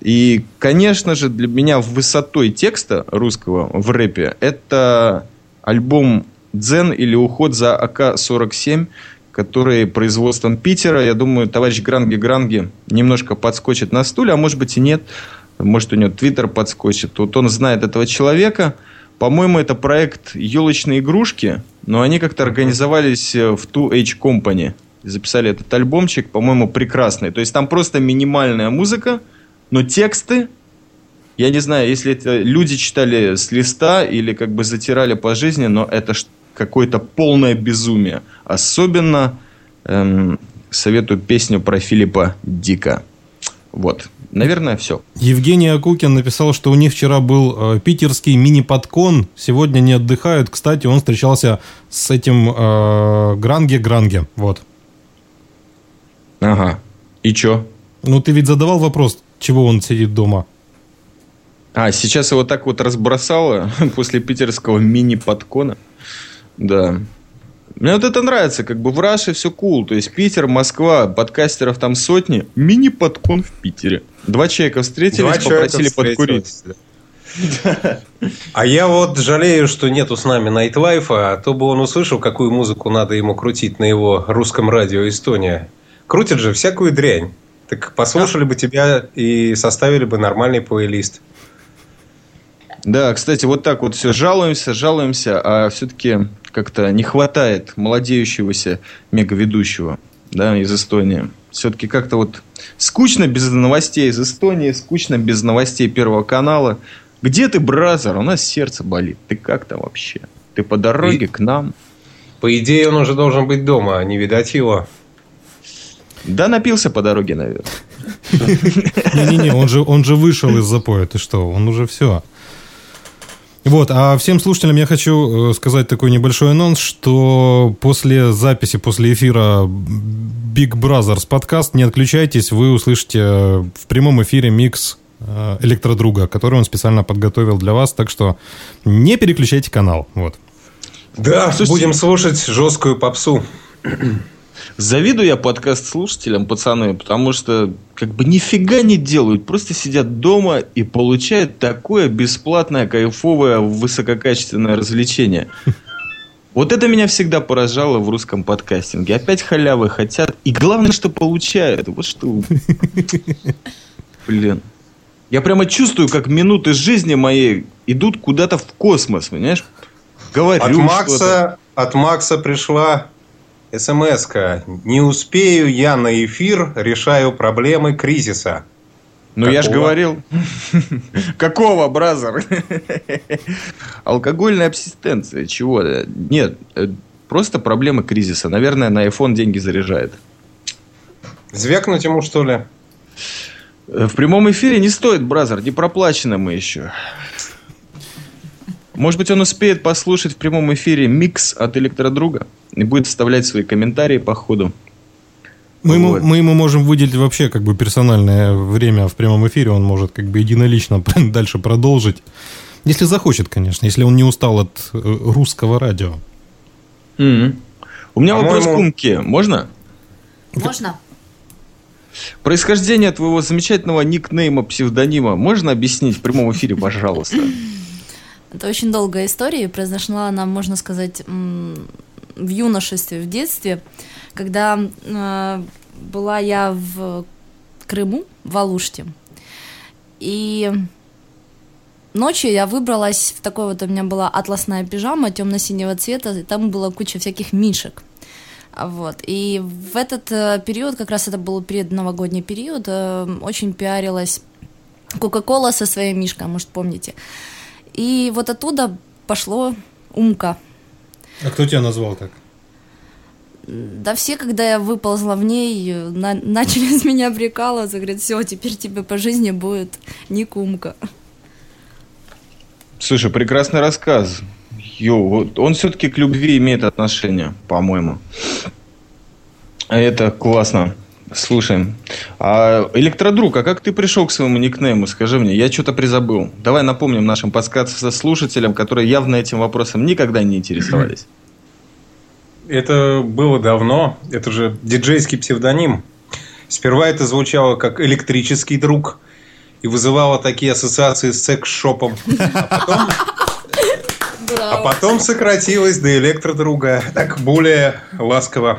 И, конечно же, для меня высотой текста русского в рэпе это альбом «Дзен» или «Уход за АК-47», который производством Питера. Я думаю, товарищ Гранги немножко подскочит на стуле, а может быть и нет. Может, у него Твиттер подскочит. Вот он знает этого человека. По-моему, это проект «Елочные игрушки», но они как-то организовались в 2H Company. Записали этот альбомчик, по-моему, прекрасный. То есть там просто минимальная музыка, но тексты, я не знаю, если это люди читали с листа или как бы затирали по жизни, но это какое-то полное безумие. Особенно советую песню про Филиппа Дика. Вот. Наверное, все. Евгений Акукин написал, что у них вчера был питерский мини-подкон. Сегодня не отдыхают. Кстати, он встречался с этим Гранге. Вот. Ага. И чё? Ну, ты ведь задавал вопрос, чего он сидит дома? Сейчас его так вот разбросало после питерского мини-подкона. Да. Мне вот это нравится, как бы в Раше все cool. То есть Питер, Москва, подкастеров там сотни. Мини-подкон в Питере. 2 человека встретились, попросили подкурить. А я вот жалею, что нету с нами Найтлайфа, а то бы он услышал, какую музыку надо ему крутить на его русском радио Эстония. Крутят же всякую дрянь. Так послушали бы тебя и составили бы нормальный плейлист. Да, кстати, вот так вот все жалуемся, а все-таки как-то не хватает молодеющегося мегаведущего, да, из Эстонии. Все-таки как-то вот скучно без новостей из Эстонии, скучно без новостей Первого канала. Где ты, бразер? У нас сердце болит. Ты как там вообще? Ты по дороге к нам? По идее, он уже должен быть дома, а не видать его. Да, напился по дороге, наверное. Не-не-не, он же вышел из запоя. Ты что? Он уже все. Вот, а всем слушателям я хочу сказать такой небольшой анонс, что после записи, после эфира Big Brothers подкаст, не отключайтесь, вы услышите в прямом эфире микс Электродруга, который он специально подготовил для вас, так что не переключайте канал. Вот. Да, будем слушать жесткую попсу. Завидую я подкаст-слушателям, пацаны, потому что как бы нифига не делают. Просто сидят дома и получают такое бесплатное, кайфовое, высококачественное развлечение. Вот это меня всегда поражало в русском подкастинге. Опять халявы хотят. И главное, что получают. Вот что... Блин. Я прямо чувствую, как минуты жизни моей идут куда-то в космос, понимаешь? Говорю от Макса пришла... СМС-ка. Не успею я на эфир, решаю проблемы кризиса. Ну, я же говорил. Какого, бразер? Алкогольная абстиненция. Чего? Нет, просто проблемы кризиса. Наверное, на iPhone деньги заряжает. Звякнуть ему, что ли? В прямом эфире не стоит, бразер. Не проплачено мы еще. Может быть, он успеет послушать в прямом эфире микс от Электродруга и будет вставлять свои комментарии по ходу. Мы ему можем выделить вообще как бы персональное время в прямом эфире. Он может как бы единолично дальше продолжить. Если захочет, конечно. Если он не устал от русского радио. Mm-hmm. У меня вопрос к Умке. Можно? Можно. Происхождение твоего замечательного никнейма, псевдонима можно объяснить в прямом эфире, пожалуйста? Это очень долгая история. Произошла она, можно сказать, в юношестве, в детстве, когда была я в Крыму, в Алуште. И ночью я выбралась в такой вот, у меня была атласная пижама темно-синего цвета, и там была куча всяких мишек. Вот. И в этот период, как раз это был новогодний период, очень пиарилась Кока-Кола со своей мишкой, может, помните. И вот оттуда пошло Умка. А кто тебя назвал так? Да все, когда я выползла в ней, начали с меня прикалываться. Говорят, все, теперь тебе по жизни будет ник Умка. Слушай, прекрасный рассказ. Он все-таки к любви имеет отношение, по-моему. Это классно. Слушай, а Электродруг, а как ты пришел к своему никнейму? Скажи мне, я что-то призабыл. Давай напомним нашим подкаст-слушателям, которые явно этим вопросом никогда не интересовались. Это было давно. Это же диджейский псевдоним. Сперва это звучало как электрический друг. и вызывала такие ассоциации с секс-шопом. А потом сократилось до электродруга. Так более ласково.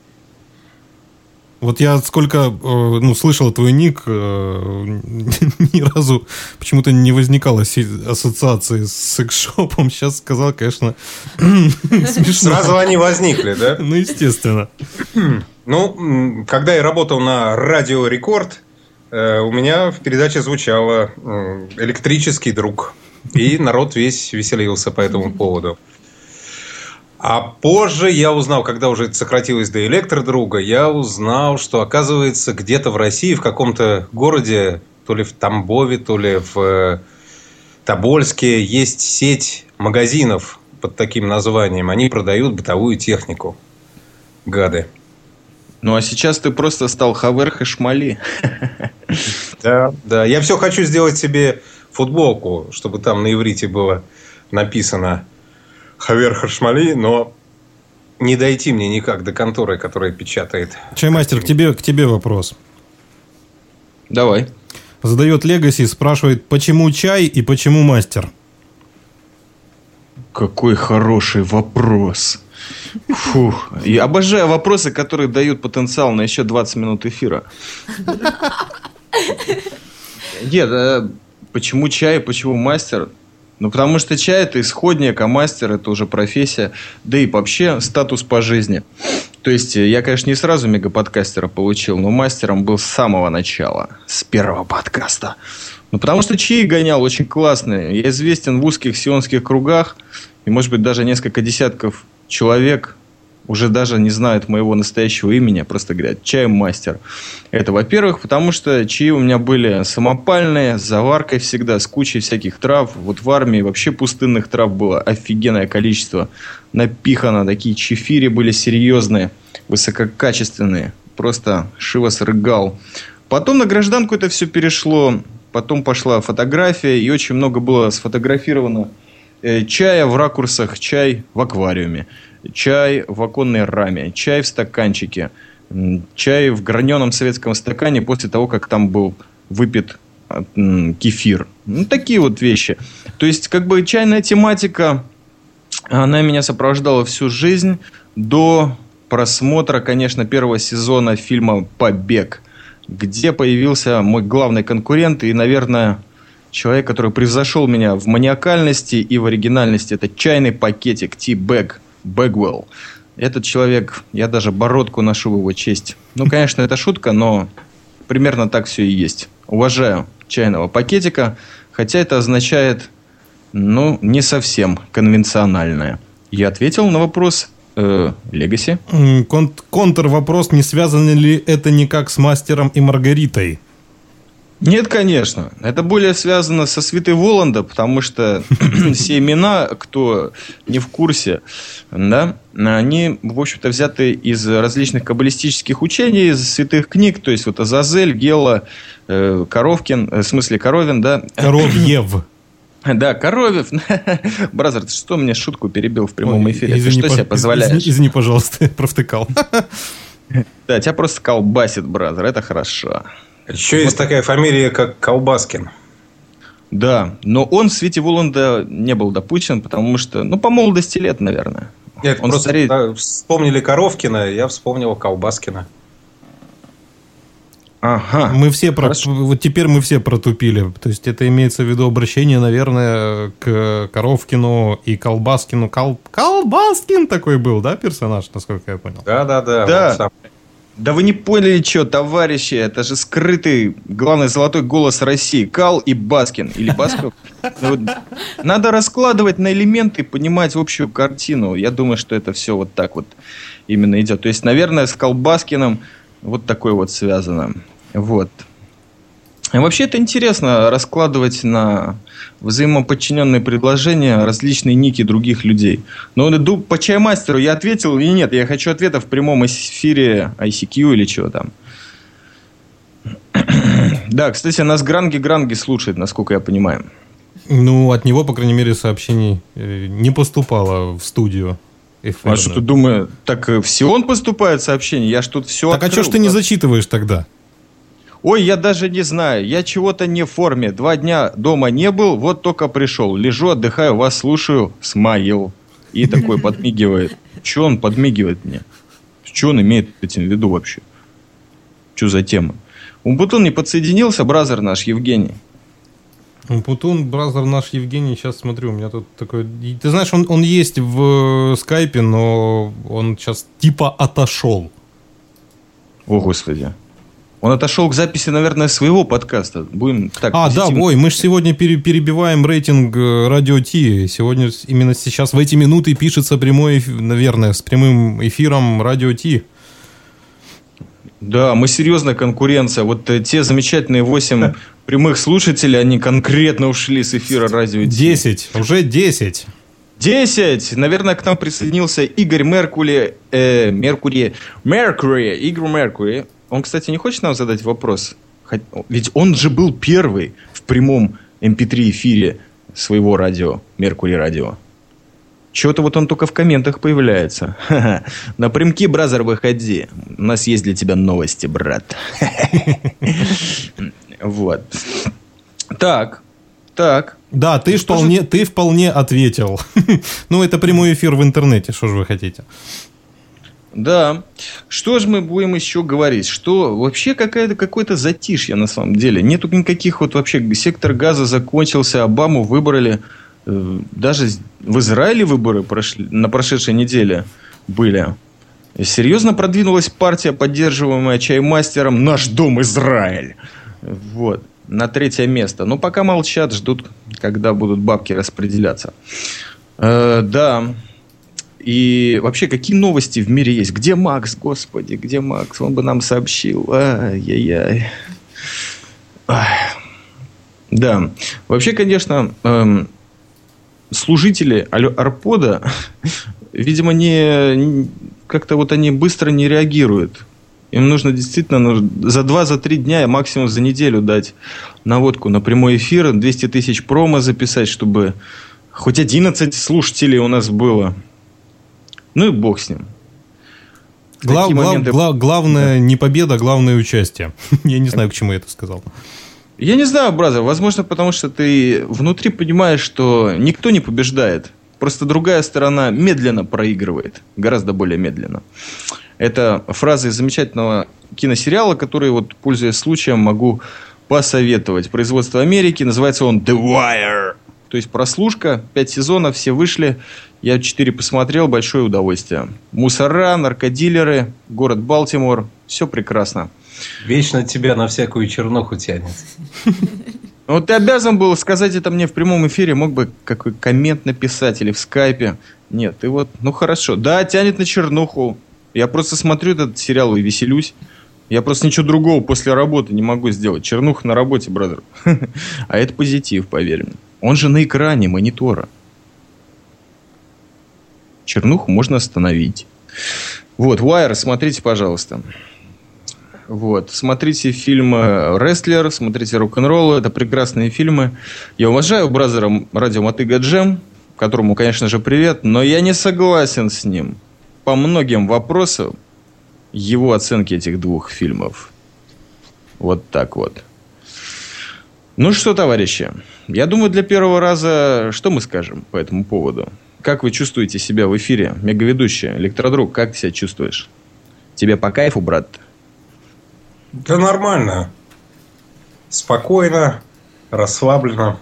Вот я сколько слышал твой ник, ни разу почему-то не возникало ассоциации с секс-шопом. Сейчас сказал, конечно, смешно. Сразу они возникли, да? Ну, естественно. Ну, когда я работал на Радио Рекорд, у меня в передаче звучало «Электрический друг». И народ весь веселился по этому поводу. А позже я узнал, когда уже это сократилось до электродруга, я узнал, что, оказывается, где-то в России, в каком-то городе, то ли в Тамбове, то ли в Тобольске, есть сеть магазинов под таким названием. Они продают бытовую технику. Гады. Ну, а сейчас ты просто стал Хавер Хашмали. Да, да. Я все хочу сделать себе футболку, чтобы там на иврите было написано Хавер Хашмали, но не дойти мне никак до конторы, которая печатает. Чаймастер, к тебе вопрос. Давай. Задает Легаси, спрашивает, почему чай и почему мастер? Какой хороший вопрос. Фух. И обожаю вопросы, которые дают потенциал на еще 20 минут эфира. Нет, почему чай, почему мастер? Ну, потому что чай – это исходник, а мастер – это уже профессия. Да и вообще статус по жизни. То есть, я, конечно, не сразу мегаподкастера получил, но мастером был с самого начала, с первого подкаста. Ну, потому что чаи гонял очень классные. Я известен в узких сионских кругах, и, может быть, даже несколько десятков человек уже даже не знают моего настоящего имени, просто говорят «чай-мастер». Это, во-первых, потому что чаи у меня были самопальные, с заваркой всегда, с кучей всяких трав. Вот в армии вообще пустынных трав было офигенное количество. Напихано, такие чефири были серьезные, высококачественные. Просто Шивас рыгал. Потом на гражданку это все перешло. Потом пошла фотография, и очень много было сфотографировано чая в ракурсах, чай в аквариуме, чай в оконной раме, чай в стаканчике, чай в граненом советском стакане после того, как там был выпит кефир. Ну, такие вот вещи. То есть, как бы чайная тематика, она меня сопровождала всю жизнь до просмотра, конечно, первого сезона фильма «Побег», где появился мой главный конкурент и, наверное, человек, который превзошел меня в маниакальности и в оригинальности. Это чайный пакетик T-Bag Bagwell. Этот человек, я даже бородку ношу в его честь. Ну, конечно, это шутка, но примерно так все и есть. Уважаю чайного пакетика, хотя это означает, ну, не совсем конвенциональное. Я ответил на вопрос Легаси. Контр-вопрос, не связано ли это никак с мастером и Маргаритой? Нет, конечно. Это более связано со свитой Воланда, потому что все имена, кто не в курсе, да, они, в общем-то, взяты из различных каббалистических учений, из святых книг, то есть вот Азазель, Гела, Коровкин, в смысле Коровин, да. Коровьев. Да, Коровьев. Бразер, ты что мне шутку перебил в прямом эфире? Извини, ты что себе позволяешь? Извини, пожалуйста, провтыкал. Да, тебя просто колбасит, бразер, это хорошо. Еще есть такая фамилия, как Колбаскин. Да, но он в свете Воланда не был допущен, потому что, ну, по молодости лет, наверное. Нет, он просто стареет. Вспомнили Коровкина, я вспомнил Колбаскина. Ага. Вот теперь мы все протупили. То есть это имеется в виду обращение, наверное, к Коровкину и Колбаскину. Колбаскин такой был, да, персонаж, насколько я понял? Да. Да вы не поняли, что, товарищи, это же скрытый, главный золотой голос России. Кал и Баскин. Или Басков. Надо раскладывать на элементы и понимать общую картину. Я думаю, что это все вот так вот именно идет. То есть, наверное, с Колбаскиным вот такое вот связано. Вот. И вообще это интересно раскладывать на взаимоподчиненные предложения различные ники других людей. Но по чаймастеру я ответил или нет? Я хочу ответа в прямом эфире ICQ или чего там. Да, кстати, нас Гранги слушает, насколько я понимаю. Ну, от него, по крайней мере, сообщений не поступало в студию. А что ты думаешь, так все он поступает сообщения? Я ж тут все Так открыл. А что ж ты не зачитываешь тогда? Ой, я даже не знаю, я чего-то не в форме. 2 дня дома не был, вот только пришел. Лежу, отдыхаю, вас слушаю, смаил. И такой подмигивает. Че он подмигивает мне? Что он имеет этим в виду вообще? Что за тема? Умпутун не подсоединился, бразер наш Евгений? Умпутун, бразер наш Евгений, сейчас смотрю, у меня тут такой... Ты знаешь, он есть в скайпе, но он сейчас типа отошел. О, Господи. Он отошел к записи, наверное, своего подкаста. Будем так... Да, ой, мы же сегодня перебиваем рейтинг Радио Ти. Сегодня, именно сейчас, в эти минуты пишется прямой эфир, наверное, с прямым эфиром Радио Ти. Да, мы серьезная конкуренция. Вот те замечательные 8 прямых слушателей, они конкретно ушли с эфира Радио Ти. 10, уже 10. 10! Наверное, к нам присоединился Игорь Меркури. Игорь Меркури. Он, кстати, не хочет нам задать вопрос? Ведь он же был первый в прямом MP3 эфире своего радио, Меркури Радио. Чего-то вот он только в комментах появляется. Ха-ха. Напрямки, бразер, выходи. У нас есть для тебя новости, брат. Вот. Так. Да, ты вполне ответил. Ну, это прямой эфир в интернете, что же вы хотите? Да. Что же мы будем еще говорить? Что вообще какое-то затишье на самом деле. Нету никаких вот вообще... Сектор газа закончился, Обаму выбрали. Даже в Израиле выборы на прошедшей неделе были. Серьезно продвинулась партия, поддерживаемая Чаймастером «Наш дом Израиль». Вот. На 3-е место. Но пока молчат, ждут, когда будут бабки распределяться. Да. И вообще, какие новости в мире есть? Где Макс, господи, где Макс? Он бы нам сообщил. Ай-яй-яй. Да. Вообще, конечно, служители Арпода, видимо, как-то вот они быстро не реагируют. Им нужно действительно за 2-3 дня, максимум за неделю дать наводку на прямой эфир, 200 тысяч промо записать, чтобы хоть 11 слушателей у нас было. Ну и бог с ним. Главное не победа, главное участие. Я не знаю, к чему я это сказал. Я не знаю, бразер. Возможно, потому что ты внутри понимаешь, что никто не побеждает. Просто другая сторона медленно проигрывает. Гораздо более медленно. Это фраза из замечательного киносериала, который, вот, пользуясь случаем, могу посоветовать. Производство Америки. Называется он The Wire. То есть прослушка. 5 сезонов, все вышли. Я 4 посмотрел, большое удовольствие. Мусора, наркодилеры, город Балтимор. Все прекрасно. Вечно тебя на всякую чернуху тянет. Вот ты обязан был сказать это мне в прямом эфире. Мог бы какой коммент написать или в скайпе. Нет, ты вот, ну хорошо. Да, тянет на чернуху. Я просто смотрю этот сериал и веселюсь. Я просто ничего другого после работы не могу сделать. Чернуха на работе, бразер. А это позитив, поверь мне. Он же на экране монитора. Чернуху можно остановить. Вот, Wire, смотрите, пожалуйста. Вот, смотрите фильмы «Рестлер», смотрите «Рок-н-ролл». Это прекрасные фильмы. Я уважаю бразера радио Мотыга Джем, которому, конечно же, привет, но я не согласен с ним по многим вопросам его оценки этих 2 фильмов. Вот так вот. Ну что, товарищи, я думаю, для первого раза что мы скажем по этому поводу? Как вы чувствуете себя в эфире? Мегаведущий, Электродруг, как ты себя чувствуешь? Тебе по кайфу, брат? Да нормально. Спокойно, расслабленно.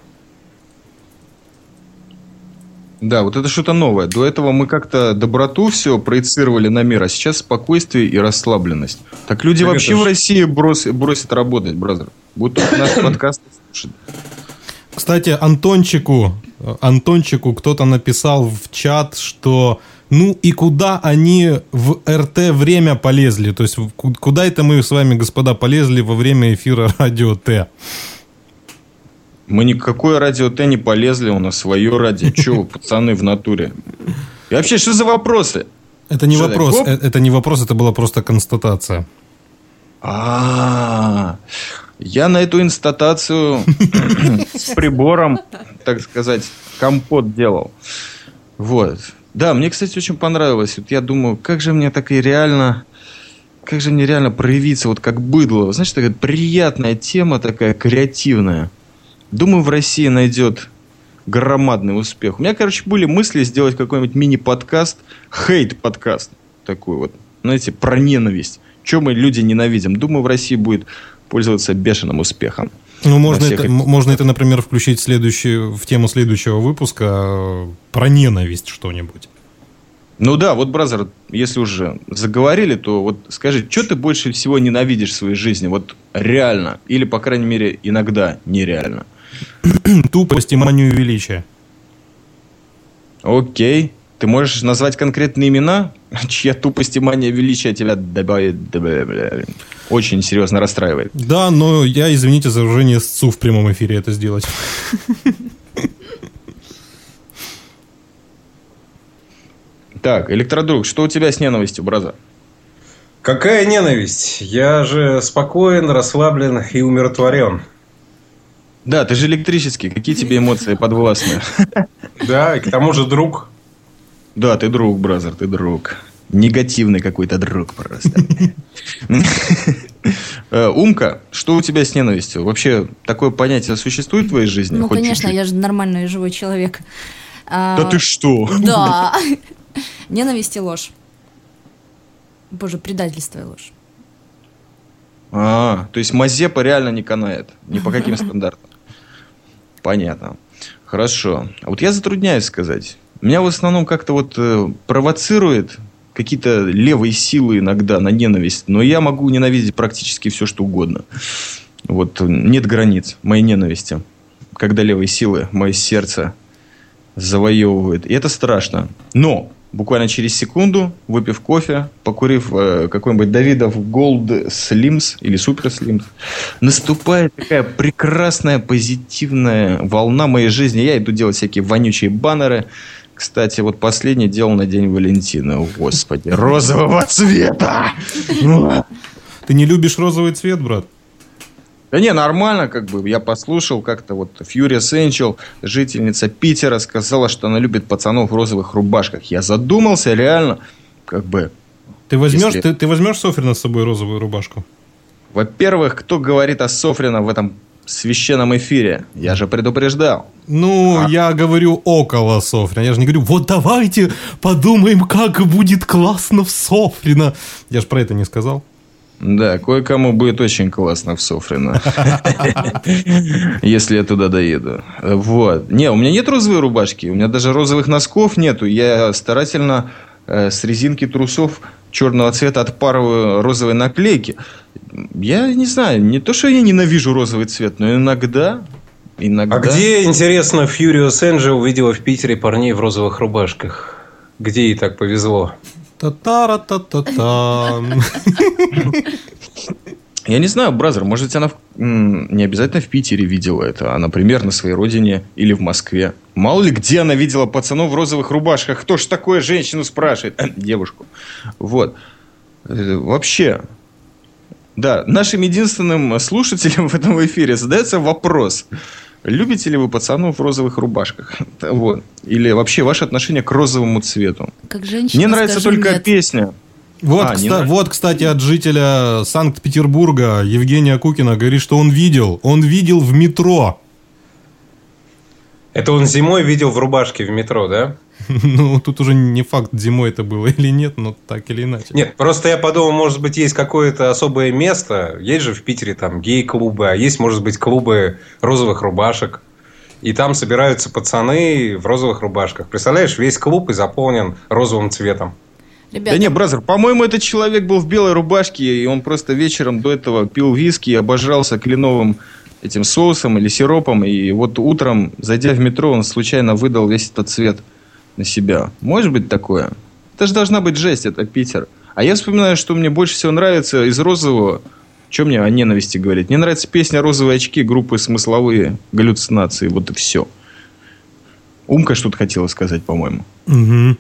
Да, вот это что-то новое. До этого мы как-то доброту все проецировали на мир, а сейчас спокойствие и расслабленность. Так люди так вообще в России бросят работать, бразер. Будут наш подкаст слушать. Кстати, Антончику кто-то написал в чат, что ну и куда они в РТ время полезли? То есть куда это мы с вами, господа, полезли во время эфира Радио Т? Мы никакое Радио Т не полезли, у нас свое радио. Че вы, пацаны, в натуре? И вообще, что за вопросы? Это не вопрос, это не вопрос, это была просто констатация. Я на эту инстатацию с прибором, так сказать, компот делал. Вот. Да, мне, кстати, очень понравилось. Вот я думаю, как же мне так и реально как же мне реально проявиться вот как быдло. Знаешь, такая приятная тема, такая креативная. Думаю, в России найдет громадный успех. У меня, короче, были мысли сделать какой-нибудь мини-подкаст, хейт-подкаст такой вот, знаете, про ненависть. Чем мы люди ненавидим. Думаю, в России будет пользоваться бешеным успехом. Ну, можно это, например, включить в тему следующего выпуска про ненависть что-нибудь. Ну да, вот, бразер, если уже заговорили, то вот скажи, что ты больше всего ненавидишь в своей жизни? Вот реально. Или, по крайней мере, иногда нереально. Тупость и манию величия. Окей. Ты можешь назвать конкретные имена, чья тупость и мания величия тебя очень серьезно расстраивает? Да, но я, извините за выражение, ссу в прямом эфире это сделать. Так, Электродруг, что у тебя с ненавистью, браза? Какая ненависть? Я же спокоен, расслаблен и умиротворен. Да, ты же электрический. Какие тебе эмоции подвластны? Да, и к тому же друг. Да, ты друг, бразер, ты друг. Негативный какой-то друг просто. Умка, что у тебя с ненавистью? Вообще, такое понятие существует в твоей жизни? Ну, конечно, я же нормальный живой человек. Да ты что? Да. Ненависть и ложь. Боже, предательство и ложь. То есть Мазепа реально не канает. Ни по каким стандартам. Понятно. Хорошо. А вот я затрудняюсь сказать. Меня в основном как-то вот провоцирует какие-то левые силы иногда на ненависть. Но я могу ненавидеть практически все, что угодно. Вот нет границ моей ненависти. Когда левые силы мое сердце завоевывают. И это страшно. Но буквально через секунду, выпив кофе, покурив какой-нибудь Давидов Gold Slims или Super Slims, наступает такая прекрасная позитивная волна моей жизни. Я иду делать всякие вонючие баннеры. Кстати, вот последний делал на День Валентина. О, Господи, розового цвета! Ты не любишь розовый цвет, брат? Да не, нормально, как бы. Я послушал как-то вот Furious Angel, жительница Питера, сказала, что она любит пацанов в розовых рубашках. Я задумался, реально, как бы. Ты возьмешь Софрина с собой розовую рубашку? Во-первых, кто говорит о Софрине в этом священном эфире? Я же предупреждал. Ну, я говорю около Софрина. Я же не говорю, вот давайте подумаем, как будет классно в Софрина. Я же про это не сказал. Да, кое-кому будет очень классно в Софрино. Если я туда доеду. Вот. Не, у меня нет розовой рубашки. У меня даже розовых носков нету. Я старательно с резинки трусов черного цвета отпарываю розовые наклейки. Я не знаю, не то, что я ненавижу розовый цвет, но иногда... А где, интересно, Furious Angel увидела в Питере парней в розовых рубашках? Где ей так повезло? Та-та-ра-та-та-та. Я не знаю, бразер, может, она не обязательно в Питере видела это, а, например, на своей родине или в Москве. Мало ли, где она видела пацанов в розовых рубашках. Кто ж такое женщину спрашивает? Девушку. Вот. Вообще, да, нашим единственным слушателям в этом эфире задается вопрос. Любите ли вы пацанов в розовых рубашках? Вот. Или вообще ваше отношение к розовому цвету? Как женщина, мне нравится только нет. песня. Вот, кстати, от жителя Санкт-Петербурга Евгения Кукина говорит, что он видел в метро. Это он зимой видел в рубашке в метро, да? Ну, тут уже не факт, зимой это было или нет, но так или иначе. Нет, просто я подумал, может быть, есть какое-то особое место. Есть же в Питере там гей-клубы, а есть, может быть, клубы розовых рубашек. И там собираются пацаны в розовых рубашках. Представляешь, весь клуб и заполнен розовым цветом. Ребята. Да не, бразер, по-моему, этот человек был в белой рубашке, и он просто вечером до этого пил виски и обожрался кленовым этим соусом или сиропом. И вот утром, зайдя в метро, он случайно выдал весь этот цвет на себя. Может быть такое? Это же должна быть жесть, это Питер. А я вспоминаю, что мне больше всего нравится из розового. Что мне о ненависти говорить? Мне нравится песня «Розовые очки» группы «Смысловые галлюцинации». Вот и все. Умка что-то хотела сказать, по-моему. Угу.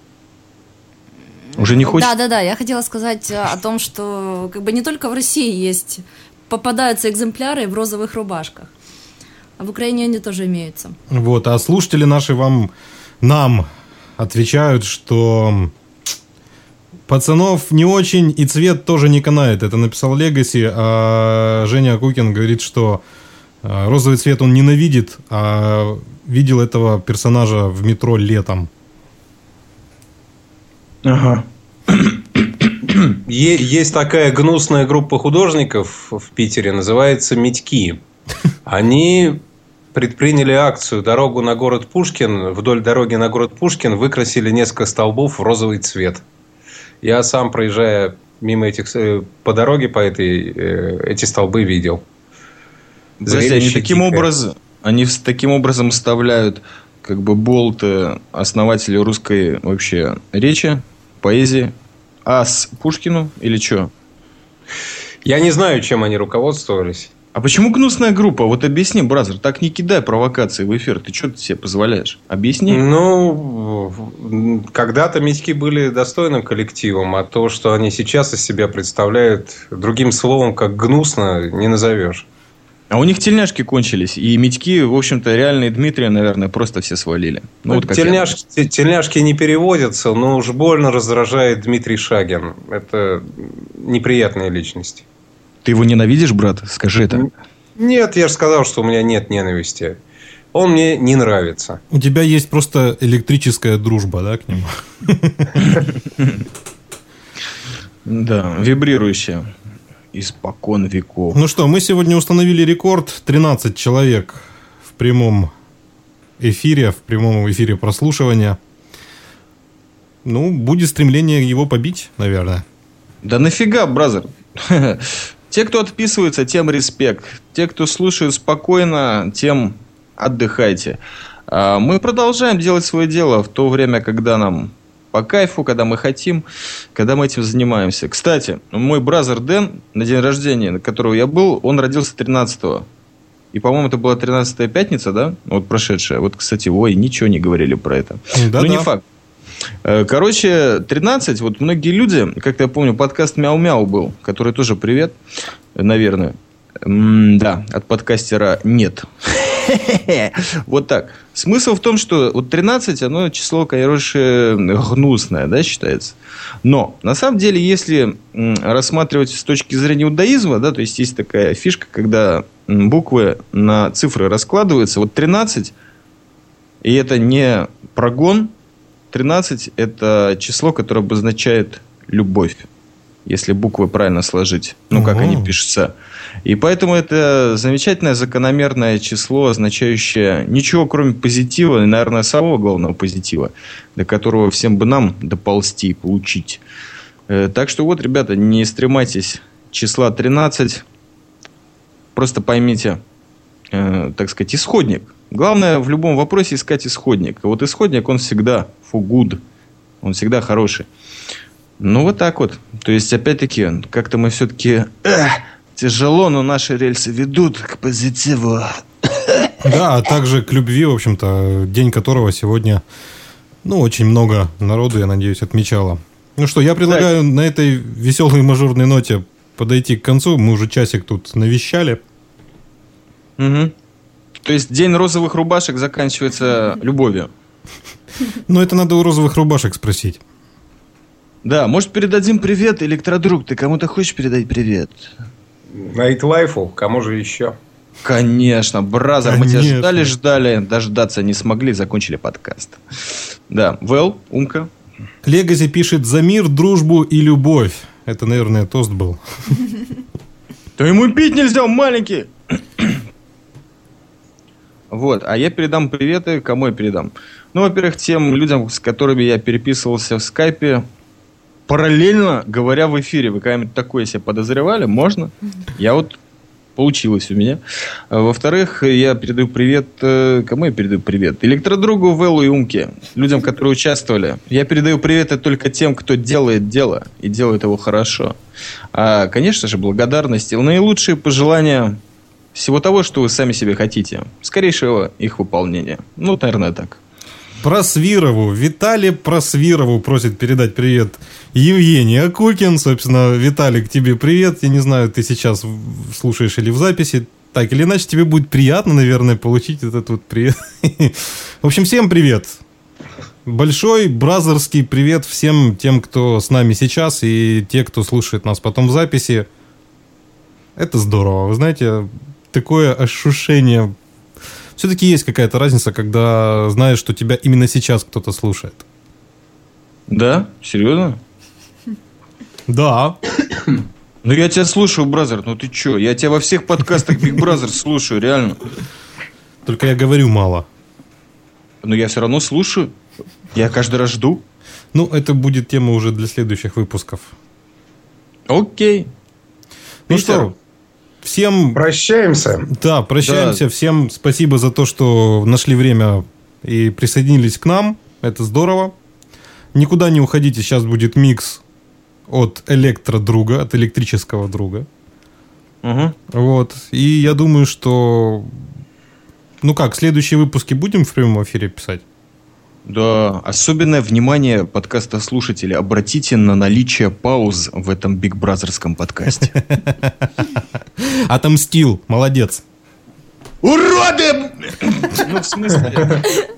Уже не хочешь? Да. Я хотела сказать о том, что как бы не только в России попадаются экземпляры в розовых рубашках. А в Украине они тоже имеются. Вот, а слушатели наши нам отвечают, что Пацанов не очень, и цвет тоже не канает. Это написал Legacy, а Женя Акукин говорит, что розовый цвет он ненавидит, а видел этого персонажа в метро летом. Ага. Есть такая гнусная группа художников в Питере, называется «Митьки». Они предприняли акцию «Дорогу на город Пушкин». Вдоль дороги на город Пушкин выкрасили несколько столбов в розовый цвет. Я сам, проезжая мимо по дороге по эти столбы видел. Они таким образом вставляют как бы болты основателей русской вообще речи, поэзии. С Пушкину или что? Я не знаю, чем они руководствовались. А почему гнусная группа? Вот объясни, бразер. Так не кидай провокации в эфир. Ты что себе позволяешь? Объясни. Ну, когда-то Митьки были достойным коллективом, а то, что они сейчас из себя представляют, другим словом, как гнусно, не назовешь. А у них тельняшки кончились. И Митьки, в общем-то, реальные Дмитрия, наверное, просто все свалили. Тельняшки не переводятся, но уж больно раздражает Дмитрий Шагин. Это неприятная личность. Ты его ненавидишь, брат? Скажи это. Нет, я же сказал, что у меня нет ненависти. Он мне не нравится. У тебя есть просто электрическая дружба, да, к нему? Да, вибрирующая. Испокон веков. Ну что, мы сегодня установили рекорд. 13 человек в прямом эфире прослушивания. Ну, будет стремление его побить, наверное. Да нафига, бразер? Те, кто отписывается, тем респект. Те, кто слушает спокойно, тем отдыхайте. Мы продолжаем делать свое дело в то время, когда нам по кайфу, когда мы хотим, когда мы этим занимаемся. Кстати, мой бразер Дэн, на день рождения, на которого я был, он родился 13-го. И, по-моему, это была 13-я пятница, да? Вот прошедшая. Вот, кстати, ничего не говорили про это. Да-да. Не факт. Короче, 13, вот многие люди, как-то я помню, подкаст «Мяу-мяу» был, который тоже привет, наверное. Да, от подкастера нет. Вот так. Смысл в том, что вот 13, оно число, конечно, гнусное, да, считается. Но, на самом деле, если рассматривать с точки зрения иудаизма, да, то есть такая фишка, когда буквы на цифры раскладываются, вот 13, и это не прогон, 13 – это число, которое обозначает любовь, если буквы правильно сложить, как они пишутся. И поэтому это замечательное закономерное число, означающее ничего, кроме позитива, и, наверное, самого главного позитива, до которого всем бы нам доползти и получить. Так что вот, ребята, не стремайтесь числа 13, просто поймите, так сказать, исходник. Главное в любом вопросе искать исходник. А вот исходник, он всегда for good. Он всегда хороший. Ну, вот так вот. То есть, опять-таки, как-то мы все-таки тяжело, но наши рельсы ведут к позитиву. Да, а также к любви, в общем-то, день которого сегодня, очень много народу, я надеюсь, отмечало. Ну что, я предлагаю на этой веселой мажорной ноте подойти к концу. Мы уже часик тут навещали. Угу. То есть день розовых рубашек заканчивается любовью. Ну, это надо у розовых рубашек спросить. Да, может, передадим привет, электродруг. Ты кому-то хочешь передать привет? Найтлайфу, кому же еще? Конечно, бразер, мы тебя ждали, дождаться не смогли, закончили подкаст. Да, Умка. Legacy пишет: за мир, дружбу и любовь. Это, наверное, тост был. То ему пить нельзя, он маленький. Вот, а я передам приветы. Кому я передам? Во-первых, тем людям, с которыми я переписывался в скайпе, параллельно говоря в эфире. Вы когда-нибудь такое себе подозревали? Можно? Я вот... Получилось у меня. Во-вторых, я передаю привет... Кому я передаю привет? Электродругу, Велу и Умке. Людям, которые участвовали. Я передаю приветы только тем, кто делает дело. И делает его хорошо. А, конечно же, благодарность и наилучшие пожелания всего того, что вы сами себе хотите. Скорейшего их выполнения. Наверное, так. Виталий Просвирову просит передать привет Евгений Акукин. Собственно, Виталик, тебе привет. Я не знаю, ты сейчас слушаешь или в записи. Так или иначе, тебе будет приятно, наверное, получить этот вот привет. В общем, всем привет. большой бразерский привет всем тем, кто с нами сейчас, и те, кто слушает нас потом в записи. Это здорово. Вы знаете, такое ощущение... Все-таки есть какая-то разница, когда знаешь, что тебя именно сейчас кто-то слушает. Да? Серьезно? Да. Ну я тебя слушаю, бразер, ну ты чё? Я тебя во всех подкастах Big Brother слушаю, реально. Только я говорю мало. Но я все равно слушаю. Я каждый раз жду. Ну, это будет тема уже для следующих выпусков. Окей. Ну Питер. что, всем... Прощаемся. Да, прощаемся. Да. Всем спасибо за то, что нашли время и присоединились к нам. Это здорово. Никуда не уходите, сейчас будет микс от электродруга, от электрического друга. Угу. Вот. И я думаю, что... Ну как, следующие выпуски будем в прямом эфире писать? Да, особенное внимание подкаста слушателей обратите на наличие пауз в этом Big Brotherском подкасте. Отомстил, молодец. Уроды! Ну, в смысле?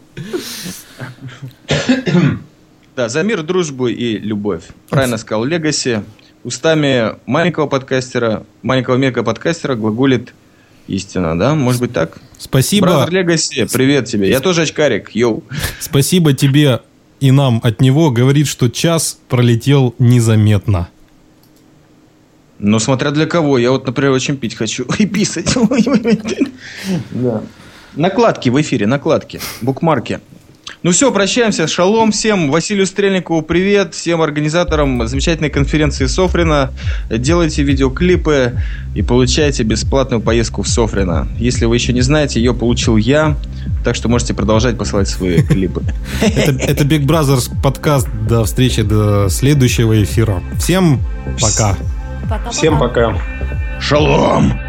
Да, за мир, дружбу и любовь. Правильно сказал Легаси. Устами маленького мега-подкастера глаголит истина, да? Может быть так? Спасибо. Бразер Легаси, привет тебе. Я тоже очкарик, йоу. Спасибо тебе и нам от него. Говорит, что час пролетел незаметно. Ну, смотря для кого. Я вот, например, очень пить хочу. И писать. Да. Накладки в эфире, накладки. Букмарки. Ну все, прощаемся. Шалом всем. Василию Стрельникову привет. Всем организаторам замечательной конференции Софрина. Делайте видеоклипы и получайте бесплатную поездку в Софрино. Если вы еще не знаете, ее получил я. Так что можете продолжать посылать свои клипы. Это Big Brothers подкаст. До встречи, до следующего эфира. Всем пока. Пока-пока. Всем пока. Шалом!